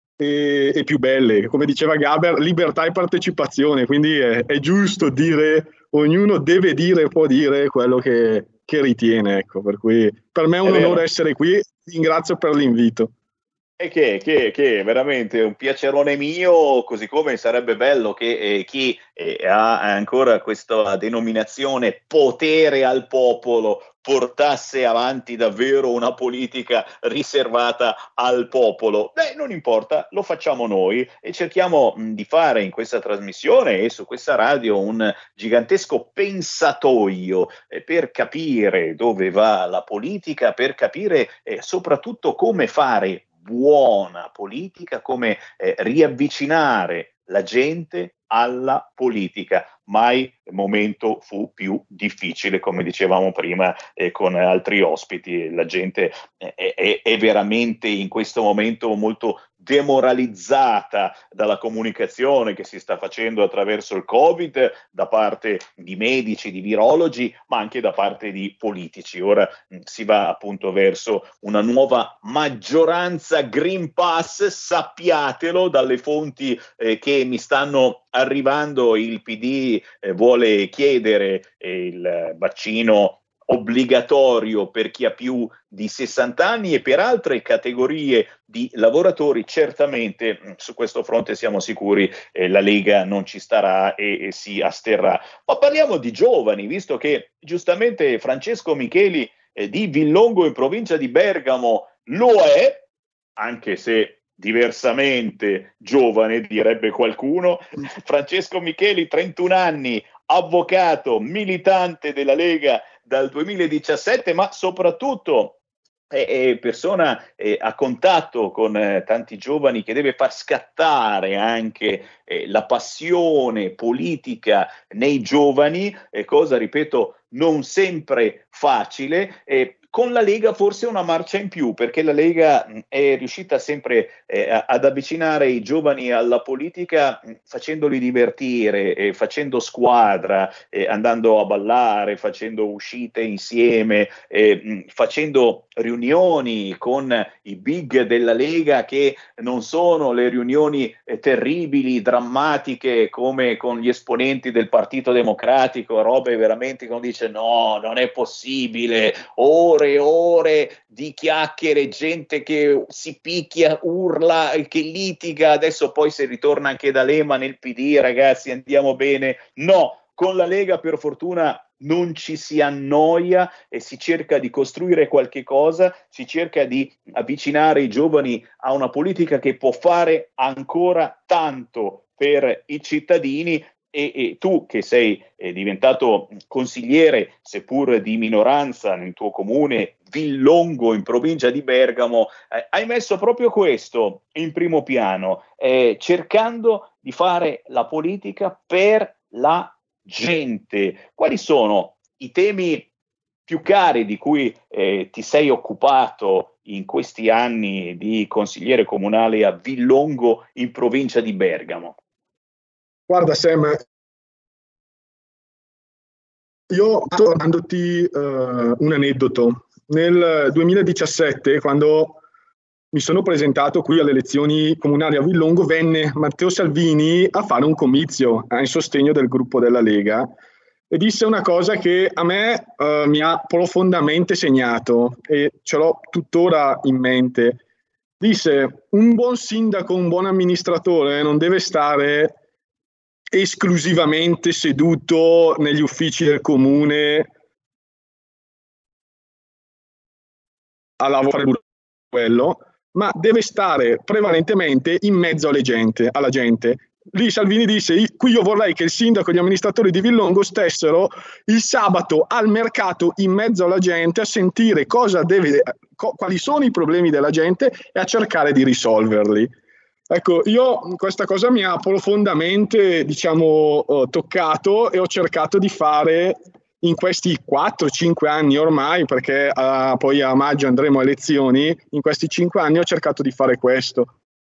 I: E, e più belle, come diceva Gaber, libertà e partecipazione, quindi è, è giusto dire, ognuno deve dire e può dire quello che, che ritiene, ecco, per cui per me è un
C: È
I: onore
C: vero.
I: essere qui, ringrazio per l'invito.
C: E che, che, che è veramente un piacerone mio, così come sarebbe bello che eh, chi eh, ha ancora questa denominazione potere al popolo portasse avanti davvero una politica riservata al popolo. Beh, non importa, lo facciamo noi e cerchiamo mh, di fare in questa trasmissione e su questa radio un gigantesco pensatoio eh, per capire dove va la politica, per capire eh, soprattutto come fare buona politica, come eh, riavvicinare la gente alla politica. Mai momento fu più difficile, come dicevamo prima eh, con altri ospiti. La gente è, è, è veramente in questo momento molto demoralizzata dalla comunicazione che si sta facendo attraverso il Covid da parte di medici, di virologi, ma anche da parte di politici. Ora mh, si va appunto verso una nuova maggioranza Green Pass, sappiatelo dalle fonti eh, che mi stanno arrivando. Il P D eh, vuole chiedere eh, il vaccino obbligatorio per chi ha più di sessanta anni e per altre categorie di lavoratori. Certamente mh, su questo fronte siamo sicuri eh, la Lega non ci starà e, e si asterrà. Ma parliamo di giovani, visto che giustamente Francesco Micheli eh, di Villongo in provincia di Bergamo lo è, anche se diversamente giovane, direbbe qualcuno. Francesco Micheli, trentuno anni, avvocato, militante della Lega dal duemiladiciassette, ma soprattutto è, è persona è, a contatto con eh, tanti giovani, che deve far scattare anche eh, la passione politica nei giovani, eh, cosa, ripeto, non sempre facile. Eh, con la Lega forse una marcia in più, perché la Lega mh, è riuscita sempre eh, ad avvicinare i giovani alla politica mh, facendoli divertire, eh, facendo squadra, eh, andando a ballare, facendo uscite insieme, eh, mh, facendo riunioni con i big della Lega, che non sono le riunioni eh, terribili, drammatiche come con gli esponenti del Partito Democratico, robe veramente che uno dice no, non è possibile, ore e ore di chiacchiere, gente che si picchia, urla, che litiga, adesso poi si ritorna anche da Lema nel P D, ragazzi andiamo bene, no, con la Lega per fortuna non ci si annoia e si cerca di costruire qualche cosa, si cerca di avvicinare i giovani a una politica che può fare ancora tanto per i cittadini. E, e tu che sei eh, diventato consigliere, seppur di minoranza, nel tuo comune Villongo in provincia di Bergamo, eh, hai messo proprio questo in primo piano, eh, cercando di fare la politica per la gente. Quali sono i temi più cari di cui eh, ti sei occupato in questi anni di consigliere comunale a Villongo in provincia di Bergamo?
I: Guarda Sam, io raccontandoti uh, un aneddoto. Nel duemiladiciassette, quando mi sono presentato qui alle elezioni comunali a Villongo, venne Matteo Salvini a fare un comizio in sostegno del gruppo della Lega e disse una cosa che a me uh, mi ha profondamente segnato e ce l'ho tuttora in mente. Disse: un buon sindaco, un buon amministratore non deve stare esclusivamente seduto negli uffici del comune a lavorare quello, ma deve stare prevalentemente in mezzo alle gente, alla gente. Lì Salvini disse: qui io vorrei che il sindaco e gli amministratori di Villongo stessero il sabato al mercato in mezzo alla gente a sentire cosa deve, co- quali sono i problemi della gente e a cercare di risolverli. Ecco, io questa cosa mi ha profondamente, diciamo, uh, toccato e ho cercato di fare in questi quattro cinque anni ormai, perché uh, poi a maggio andremo a elezioni, in questi cinque anni ho cercato di fare questo.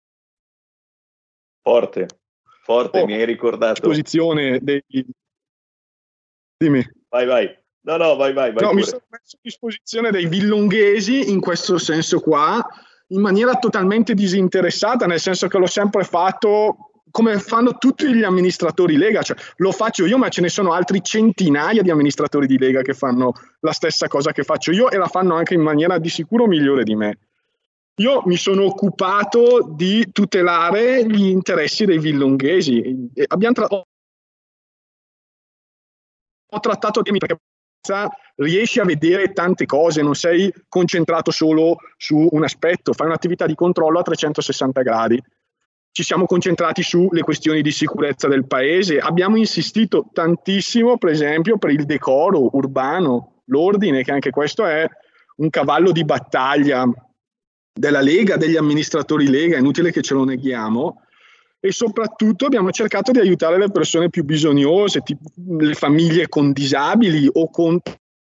C: Forte, forte,
I: oh,
C: mi hai ricordato.
I: Disposizione dei... Dimmi.
C: Vai, vai. No, no, vai, vai, vai.
I: No,
C: pure.
I: mi sono messo a disposizione dei villonghesi in questo senso qua, in maniera totalmente disinteressata, nel senso che l'ho sempre fatto come fanno tutti gli amministratori Lega, cioè lo faccio io, ma ce ne sono altri centinaia di amministratori di Lega che fanno la stessa cosa che faccio io e la fanno anche in maniera di sicuro migliore di me. Io mi sono occupato di tutelare gli interessi dei villonghesi. E abbiamo tra- ho trattato temi perché riesci a vedere tante cose, non sei concentrato solo su un aspetto, fai un'attività di controllo a trecentosessanta gradi. Ci siamo concentrati sulle questioni di sicurezza del paese, abbiamo insistito tantissimo, per esempio, per il decoro urbano, l'ordine, che anche questo è un cavallo di battaglia della Lega, degli amministratori Lega, è inutile che ce lo neghiamo. E soprattutto abbiamo cercato di aiutare le persone più bisognose, tipo le famiglie con disabili o con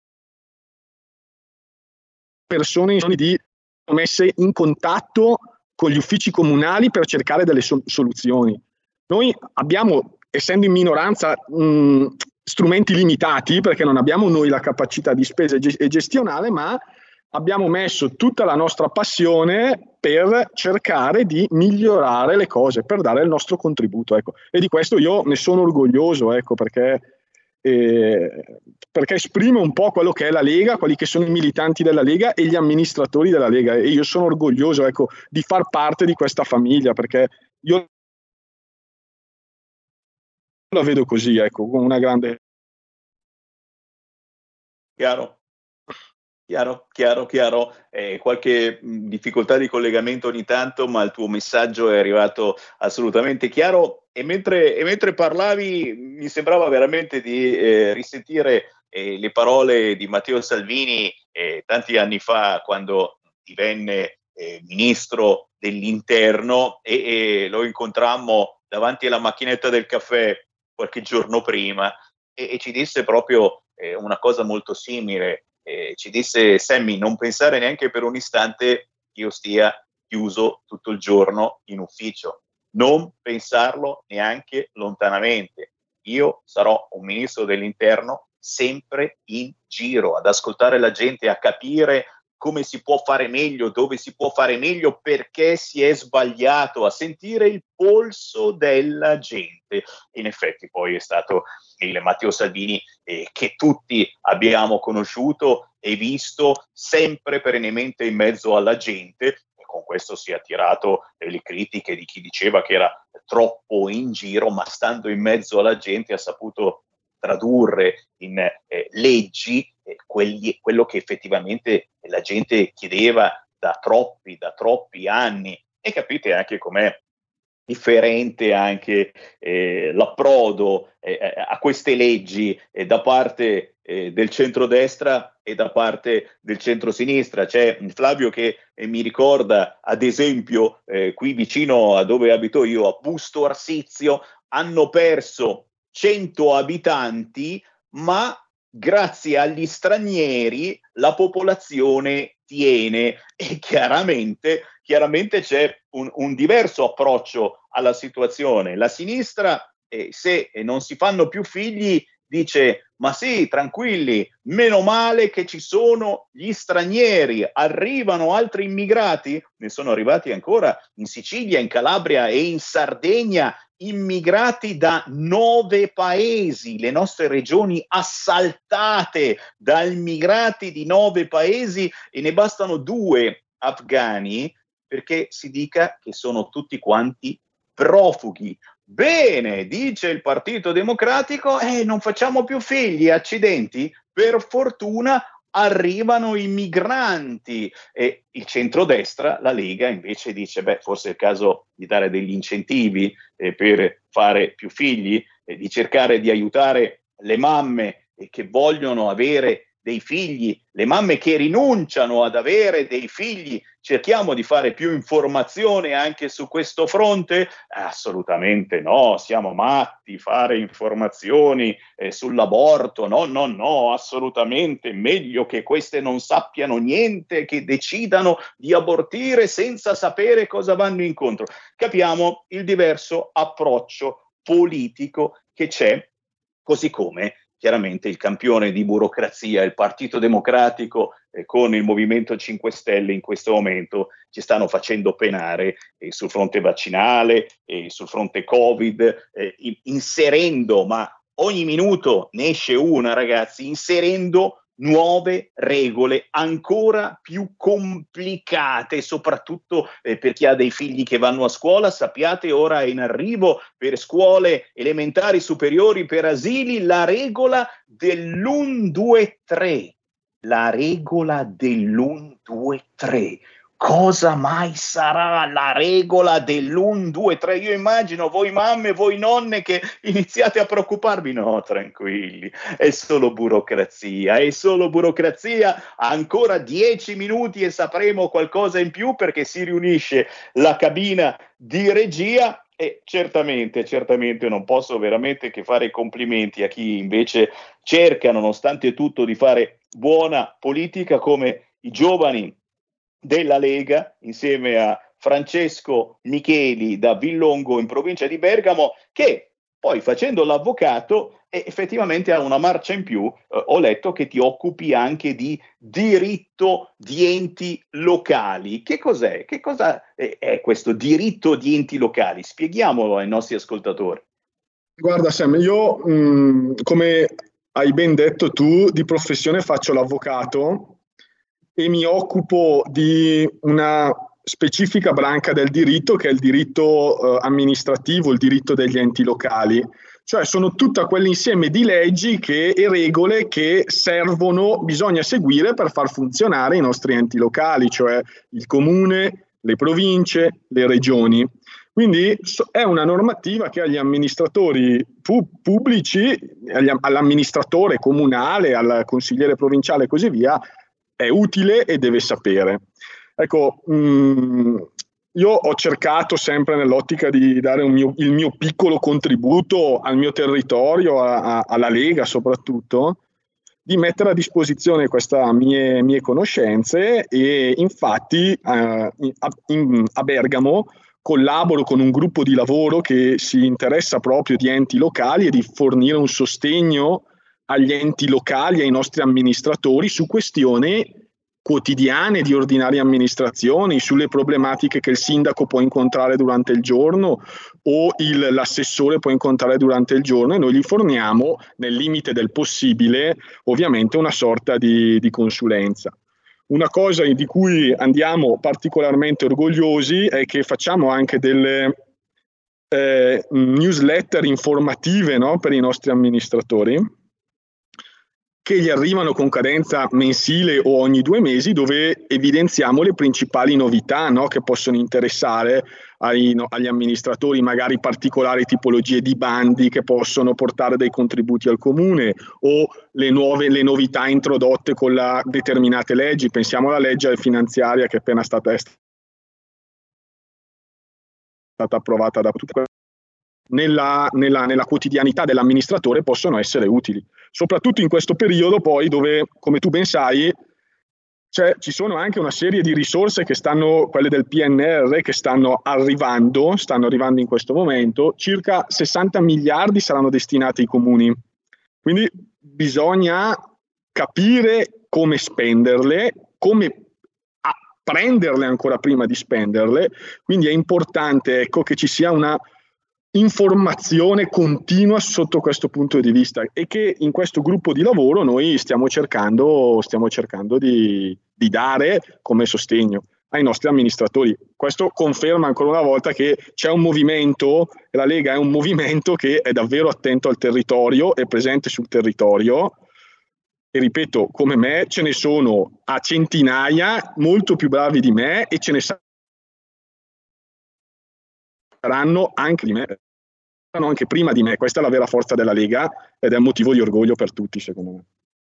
I: persone di messe in contatto con gli uffici comunali per cercare delle so- soluzioni. Noi abbiamo, essendo in minoranza, mh, strumenti limitati, perché non abbiamo noi la capacità di spesa e, ge- e gestionale, ma abbiamo messo tutta la nostra passione per cercare di migliorare le cose, per dare il nostro contributo, ecco. E di questo io ne sono orgoglioso, ecco, perché, eh, perché esprime un po' quello che è la Lega, quelli che sono i militanti della Lega e gli amministratori della Lega, e io sono orgoglioso, ecco, di far parte di questa famiglia, perché io la vedo così, ecco, con una grande...
C: Chiaro. Chiaro, chiaro, chiaro. Eh, qualche mh, difficoltà di collegamento ogni tanto, ma il tuo messaggio è arrivato assolutamente chiaro. E mentre, e mentre parlavi mi sembrava veramente di eh, risentire eh, le parole di Matteo Salvini eh, tanti anni fa, quando divenne eh, ministro dell'interno e, e lo incontrammo davanti alla macchinetta del caffè qualche giorno prima e, e ci disse proprio eh, una cosa molto simile. eh, ci disse: Sammy, non pensare neanche per un istante che io stia chiuso tutto il giorno in ufficio, non pensarlo neanche lontanamente. Io sarò un ministro dell'interno sempre in giro, ad ascoltare la gente, a capire come si può fare meglio, dove si può fare meglio, perché si è sbagliato, a sentire il polso della gente. In effetti poi è stato il Matteo Salvini eh, che tutti abbiamo conosciuto e visto sempre perennemente in mezzo alla gente, e con questo si è attirato eh, le critiche di chi diceva che era troppo in giro, ma stando in mezzo alla gente ha saputo tradurre in eh, leggi eh, quelli, quello che effettivamente la gente chiedeva da troppi, da troppi anni. E capite anche com'è differente anche eh, l'approdo eh, a queste leggi eh, da parte eh, del centrodestra e da parte del centrosinistra. C'è Flavio che eh, mi ricorda, ad esempio, eh, qui vicino a dove abito io, a Busto Arsizio, hanno perso cento abitanti, ma grazie agli stranieri la popolazione tiene, e chiaramente, chiaramente c'è un, un diverso approccio alla situazione. La sinistra, eh, se non si fanno più figli, dice: ma sì, tranquilli, meno male che ci sono gli stranieri, arrivano altri immigrati, ne sono arrivati ancora in Sicilia, in Calabria e in Sardegna, immigrati da nove paesi, le nostre regioni assaltate da immigrati di nove paesi, e ne bastano due afghani perché si dica che sono tutti quanti profughi. Bene, dice il Partito Democratico, eh, non facciamo più figli, accidenti, per fortuna arrivano i migranti. E il centrodestra, la Lega, invece dice: beh, forse è il caso di dare degli incentivi eh, per fare più figli, eh, di cercare di aiutare le mamme eh, che vogliono avere dei figli, le mamme che rinunciano ad avere dei figli. Cerchiamo di fare più informazione anche su questo fronte? Assolutamente no, siamo matti, fare informazioni eh, sull'aborto, no, no, no, assolutamente, meglio che queste non sappiano niente, che decidano di abortire senza sapere cosa vanno incontro. Capiamo il diverso approccio politico che c'è, così come chiaramente il campione di burocrazia, il Partito Democratico, eh, con il Movimento cinque Stelle in questo momento ci stanno facendo penare eh, sul fronte vaccinale, eh, sul fronte Covid, eh, in- inserendo, ma ogni minuto ne esce una, ragazzi, inserendo nuove regole ancora più complicate, soprattutto eh, per chi ha dei figli che vanno a scuola. Sappiate, ora è in arrivo per scuole elementari, superiori, per asili, la regola dell'uno due tre. La regola dell'uno due tre. Cosa mai sarà la regola dell'uno due tre? Io immagino voi mamme, voi nonne che iniziate a preoccuparvi. No, tranquilli, è solo burocrazia, è solo burocrazia. Ancora dieci minuti e sapremo qualcosa in più, perché si riunisce la cabina di regia. E certamente, certamente non posso veramente che fare complimenti a chi invece cerca, nonostante tutto, di fare buona politica, come i giovani della Lega, insieme a Francesco Micheli da Villongo in provincia di Bergamo, che poi, facendo l'avvocato, eh, effettivamente ha una marcia in più. Eh, ho letto che ti occupi anche di diritto di enti locali. Che cos'è? Che cosa è, è questo diritto di enti locali? Spieghiamolo ai nostri ascoltatori.
I: Guarda Sam, io mh, come hai ben detto tu, di professione faccio l'avvocato e mi occupo di una specifica branca del diritto, che è il diritto eh, amministrativo, il diritto degli enti locali. Cioè sono tutta quell'insieme di leggi che, e regole che servono, bisogna seguire per far funzionare i nostri enti locali, cioè il comune, le province, le regioni. Quindi so, è una normativa che agli amministratori pu- pubblici, agli, all'amministratore comunale, al consigliere provinciale e così via, è utile e deve sapere. Ecco, mh, io ho cercato sempre, nell'ottica di dare un mio, il mio piccolo contributo al mio territorio, a, a, alla Lega soprattutto, di mettere a disposizione queste mie, mie conoscenze e infatti eh, a, in, a Bergamo collaboro con un gruppo di lavoro che si interessa proprio di enti locali e di fornire un sostegno agli enti locali e ai nostri amministratori su questioni quotidiane di ordinarie amministrazioni, sulle problematiche che il sindaco può incontrare durante il giorno o il, l'assessore può incontrare durante il giorno, e noi gli forniamo, nel limite del possibile, ovviamente una sorta di, di consulenza. Una cosa di cui andiamo particolarmente orgogliosi è che facciamo anche delle eh, newsletter informative, no, per i nostri amministratori, che gli arrivano con cadenza mensile o ogni due mesi, dove evidenziamo le principali novità, no, che possono interessare ai, no, agli amministratori, magari particolari tipologie di bandi che possono portare dei contributi al comune o le nuove le novità introdotte con la determinate leggi. Pensiamo alla legge finanziaria che è appena stata, è stata approvata da tutti. Nella, nella, nella quotidianità dell'amministratore possono essere utili, soprattutto in questo periodo poi dove, come tu ben sai, cioè, ci sono anche una serie di risorse che stanno, quelle del P N R R, che stanno arrivando, stanno arrivando in questo momento. Circa sessanta miliardi saranno destinati ai comuni, quindi bisogna capire come spenderle, come prenderle ancora prima di spenderle, quindi è importante, ecco, che ci sia una informazione continua sotto questo punto di vista e che in questo gruppo di lavoro noi stiamo cercando, stiamo cercando di, di dare come sostegno ai nostri amministratori. Questo conferma ancora una volta che c'è un movimento, la Lega è un movimento che è davvero attento al territorio, è presente sul territorio e ripeto, come me ce ne sono a centinaia molto più bravi di me e ce ne saranno anche di me. Anche prima di me. Questa è la vera forza della Lega ed è un motivo di orgoglio per tutti, secondo me.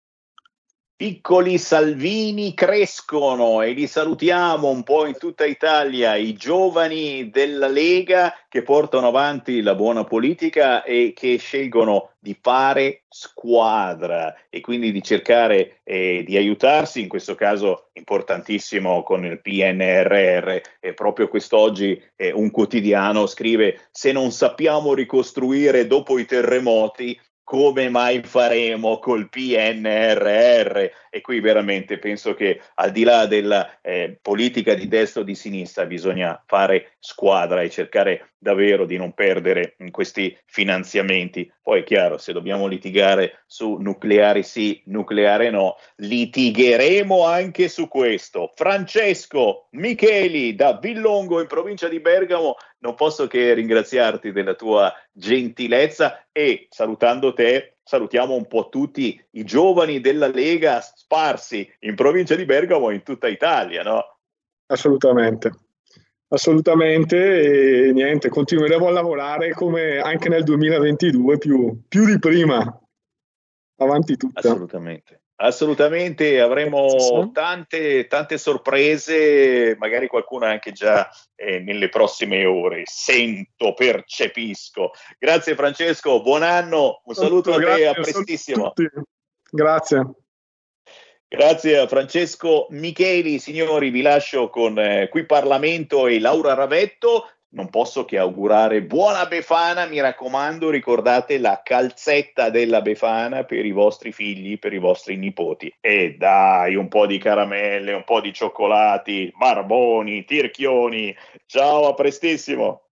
C: Piccoli Salvini crescono e li salutiamo un po' in tutta Italia, i giovani della Lega che portano avanti la buona politica e che scelgono di fare squadra e quindi di cercare eh, di aiutarsi, in questo caso importantissimo con il P N R R. E proprio quest'oggi eh, un quotidiano scrive: se non sappiamo ricostruire dopo i terremoti, come mai faremo col P N R R? E qui veramente penso che al di là della eh, politica di destra o di sinistra bisogna fare squadra e cercare davvero di non perdere in questi finanziamenti. Poi è chiaro, se dobbiamo litigare su nucleare sì, nucleare no, litigheremo anche su questo. Francesco Micheli da Villongo in provincia di Bergamo, non posso che ringraziarti della tua gentilezza e salutando te salutiamo un po' tutti i giovani della Lega sparsi in provincia di Bergamo e in tutta Italia, no?
I: Assolutamente, assolutamente e niente, continueremo a lavorare come anche nel duemilaventidue più, più di prima, avanti tutta.
C: Assolutamente. Assolutamente, avremo tante, tante sorprese, magari qualcuna anche già eh, nelle prossime ore. Sento, percepisco. Grazie Francesco, buon anno, un saluto a te, a prestissimo.
I: Grazie.
C: Grazie a Francesco Micheli. Signori, vi lascio con eh, Qui Parlamento e Laura Ravetto. Non posso che augurare buona Befana, mi raccomando, ricordate la calzetta della Befana per i vostri figli, per i vostri nipoti. E dai, un po' di caramelle, un po' di cioccolati, barboni, tirchioni. Ciao, a prestissimo.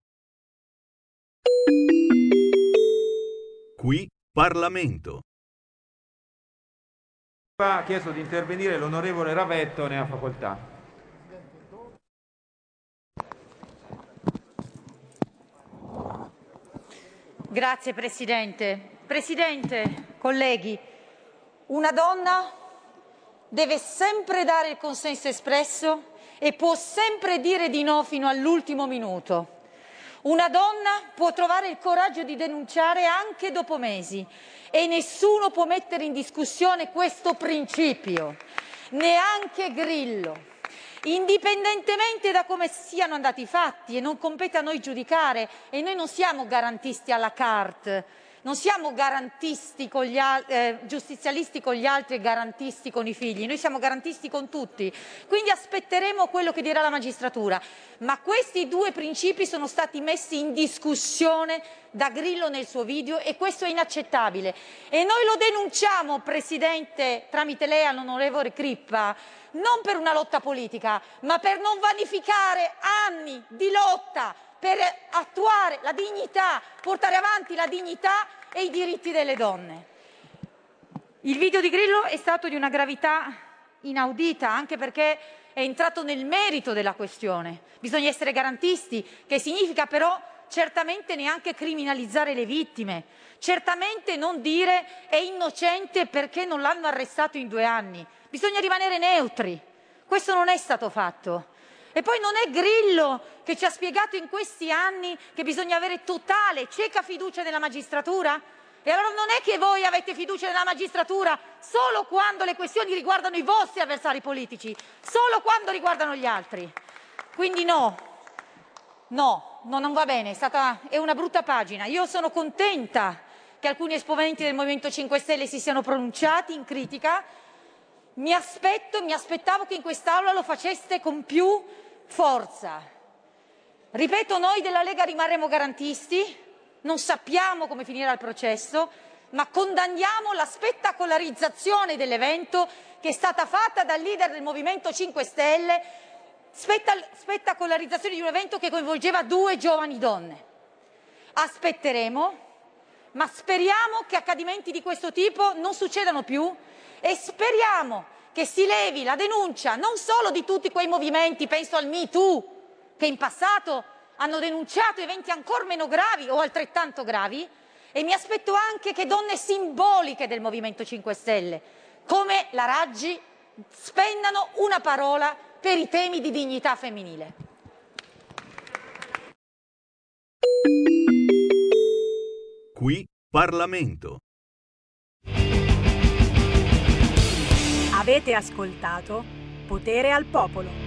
U: Qui Parlamento.
L: Ha chiesto di intervenire l'onorevole Ravetto, ne ha facoltà.
N: Grazie Presidente. Presidente, colleghi, una donna deve sempre dare il consenso espresso e può sempre dire di no fino all'ultimo minuto. Una donna può trovare il coraggio di denunciare anche dopo mesi e nessuno può mettere in discussione questo principio, neanche Grillo. Indipendentemente da come siano andati i fatti, e non compete a noi giudicare, e noi non siamo garantisti alla carte, Non siamo garantisti con gli al- eh, giustizialisti con gli altri e garantisti con i figli, noi siamo garantisti con tutti, quindi aspetteremo quello che dirà la magistratura, ma questi due principi sono stati messi in discussione da Grillo nel suo video e questo è inaccettabile e noi lo denunciamo, Presidente, tramite lei all'onorevole Crippa, non per una lotta politica, ma per non vanificare anni di lotta per attuare la dignità, portare avanti la dignità e i diritti delle donne. Il video di Grillo è stato di una gravità inaudita, anche perché è entrato nel merito della questione. Bisogna essere garantisti, che significa però certamente neanche criminalizzare le vittime, certamente non dire è innocente perché non l'hanno arrestato in due anni. Bisogna rimanere neutri. Questo non è stato fatto. E poi non è Grillo che ci ha spiegato in questi anni che bisogna avere totale, cieca fiducia nella magistratura? E allora non è che voi avete fiducia nella magistratura solo quando le questioni riguardano i vostri avversari politici, solo quando riguardano gli altri. Quindi no, no, no non va bene, è stata, è una brutta pagina. Io sono contenta che alcuni esponenti del Movimento cinque Stelle si siano pronunciati in critica. Mi aspetto, mi aspettavo che in quest'Aula lo faceste con più forza. Ripeto, noi della Lega rimarremo garantisti, non sappiamo come finirà il processo, ma condanniamo la spettacolarizzazione dell'evento che è stata fatta dal leader del Movimento cinque Stelle, spetta- spettacolarizzazione di un evento che coinvolgeva due giovani donne. Aspetteremo, ma speriamo che accadimenti di questo tipo non succedano più e speriamo che si levi la denuncia non solo di tutti quei movimenti, penso al Me Too, che in passato hanno denunciato eventi ancora meno gravi o altrettanto gravi, e mi aspetto anche che donne simboliche del Movimento cinque Stelle, come la Raggi, spendano una parola per i temi di dignità femminile.
U: Qui Parlamento.
O: Avete ascoltato Potere al Popolo.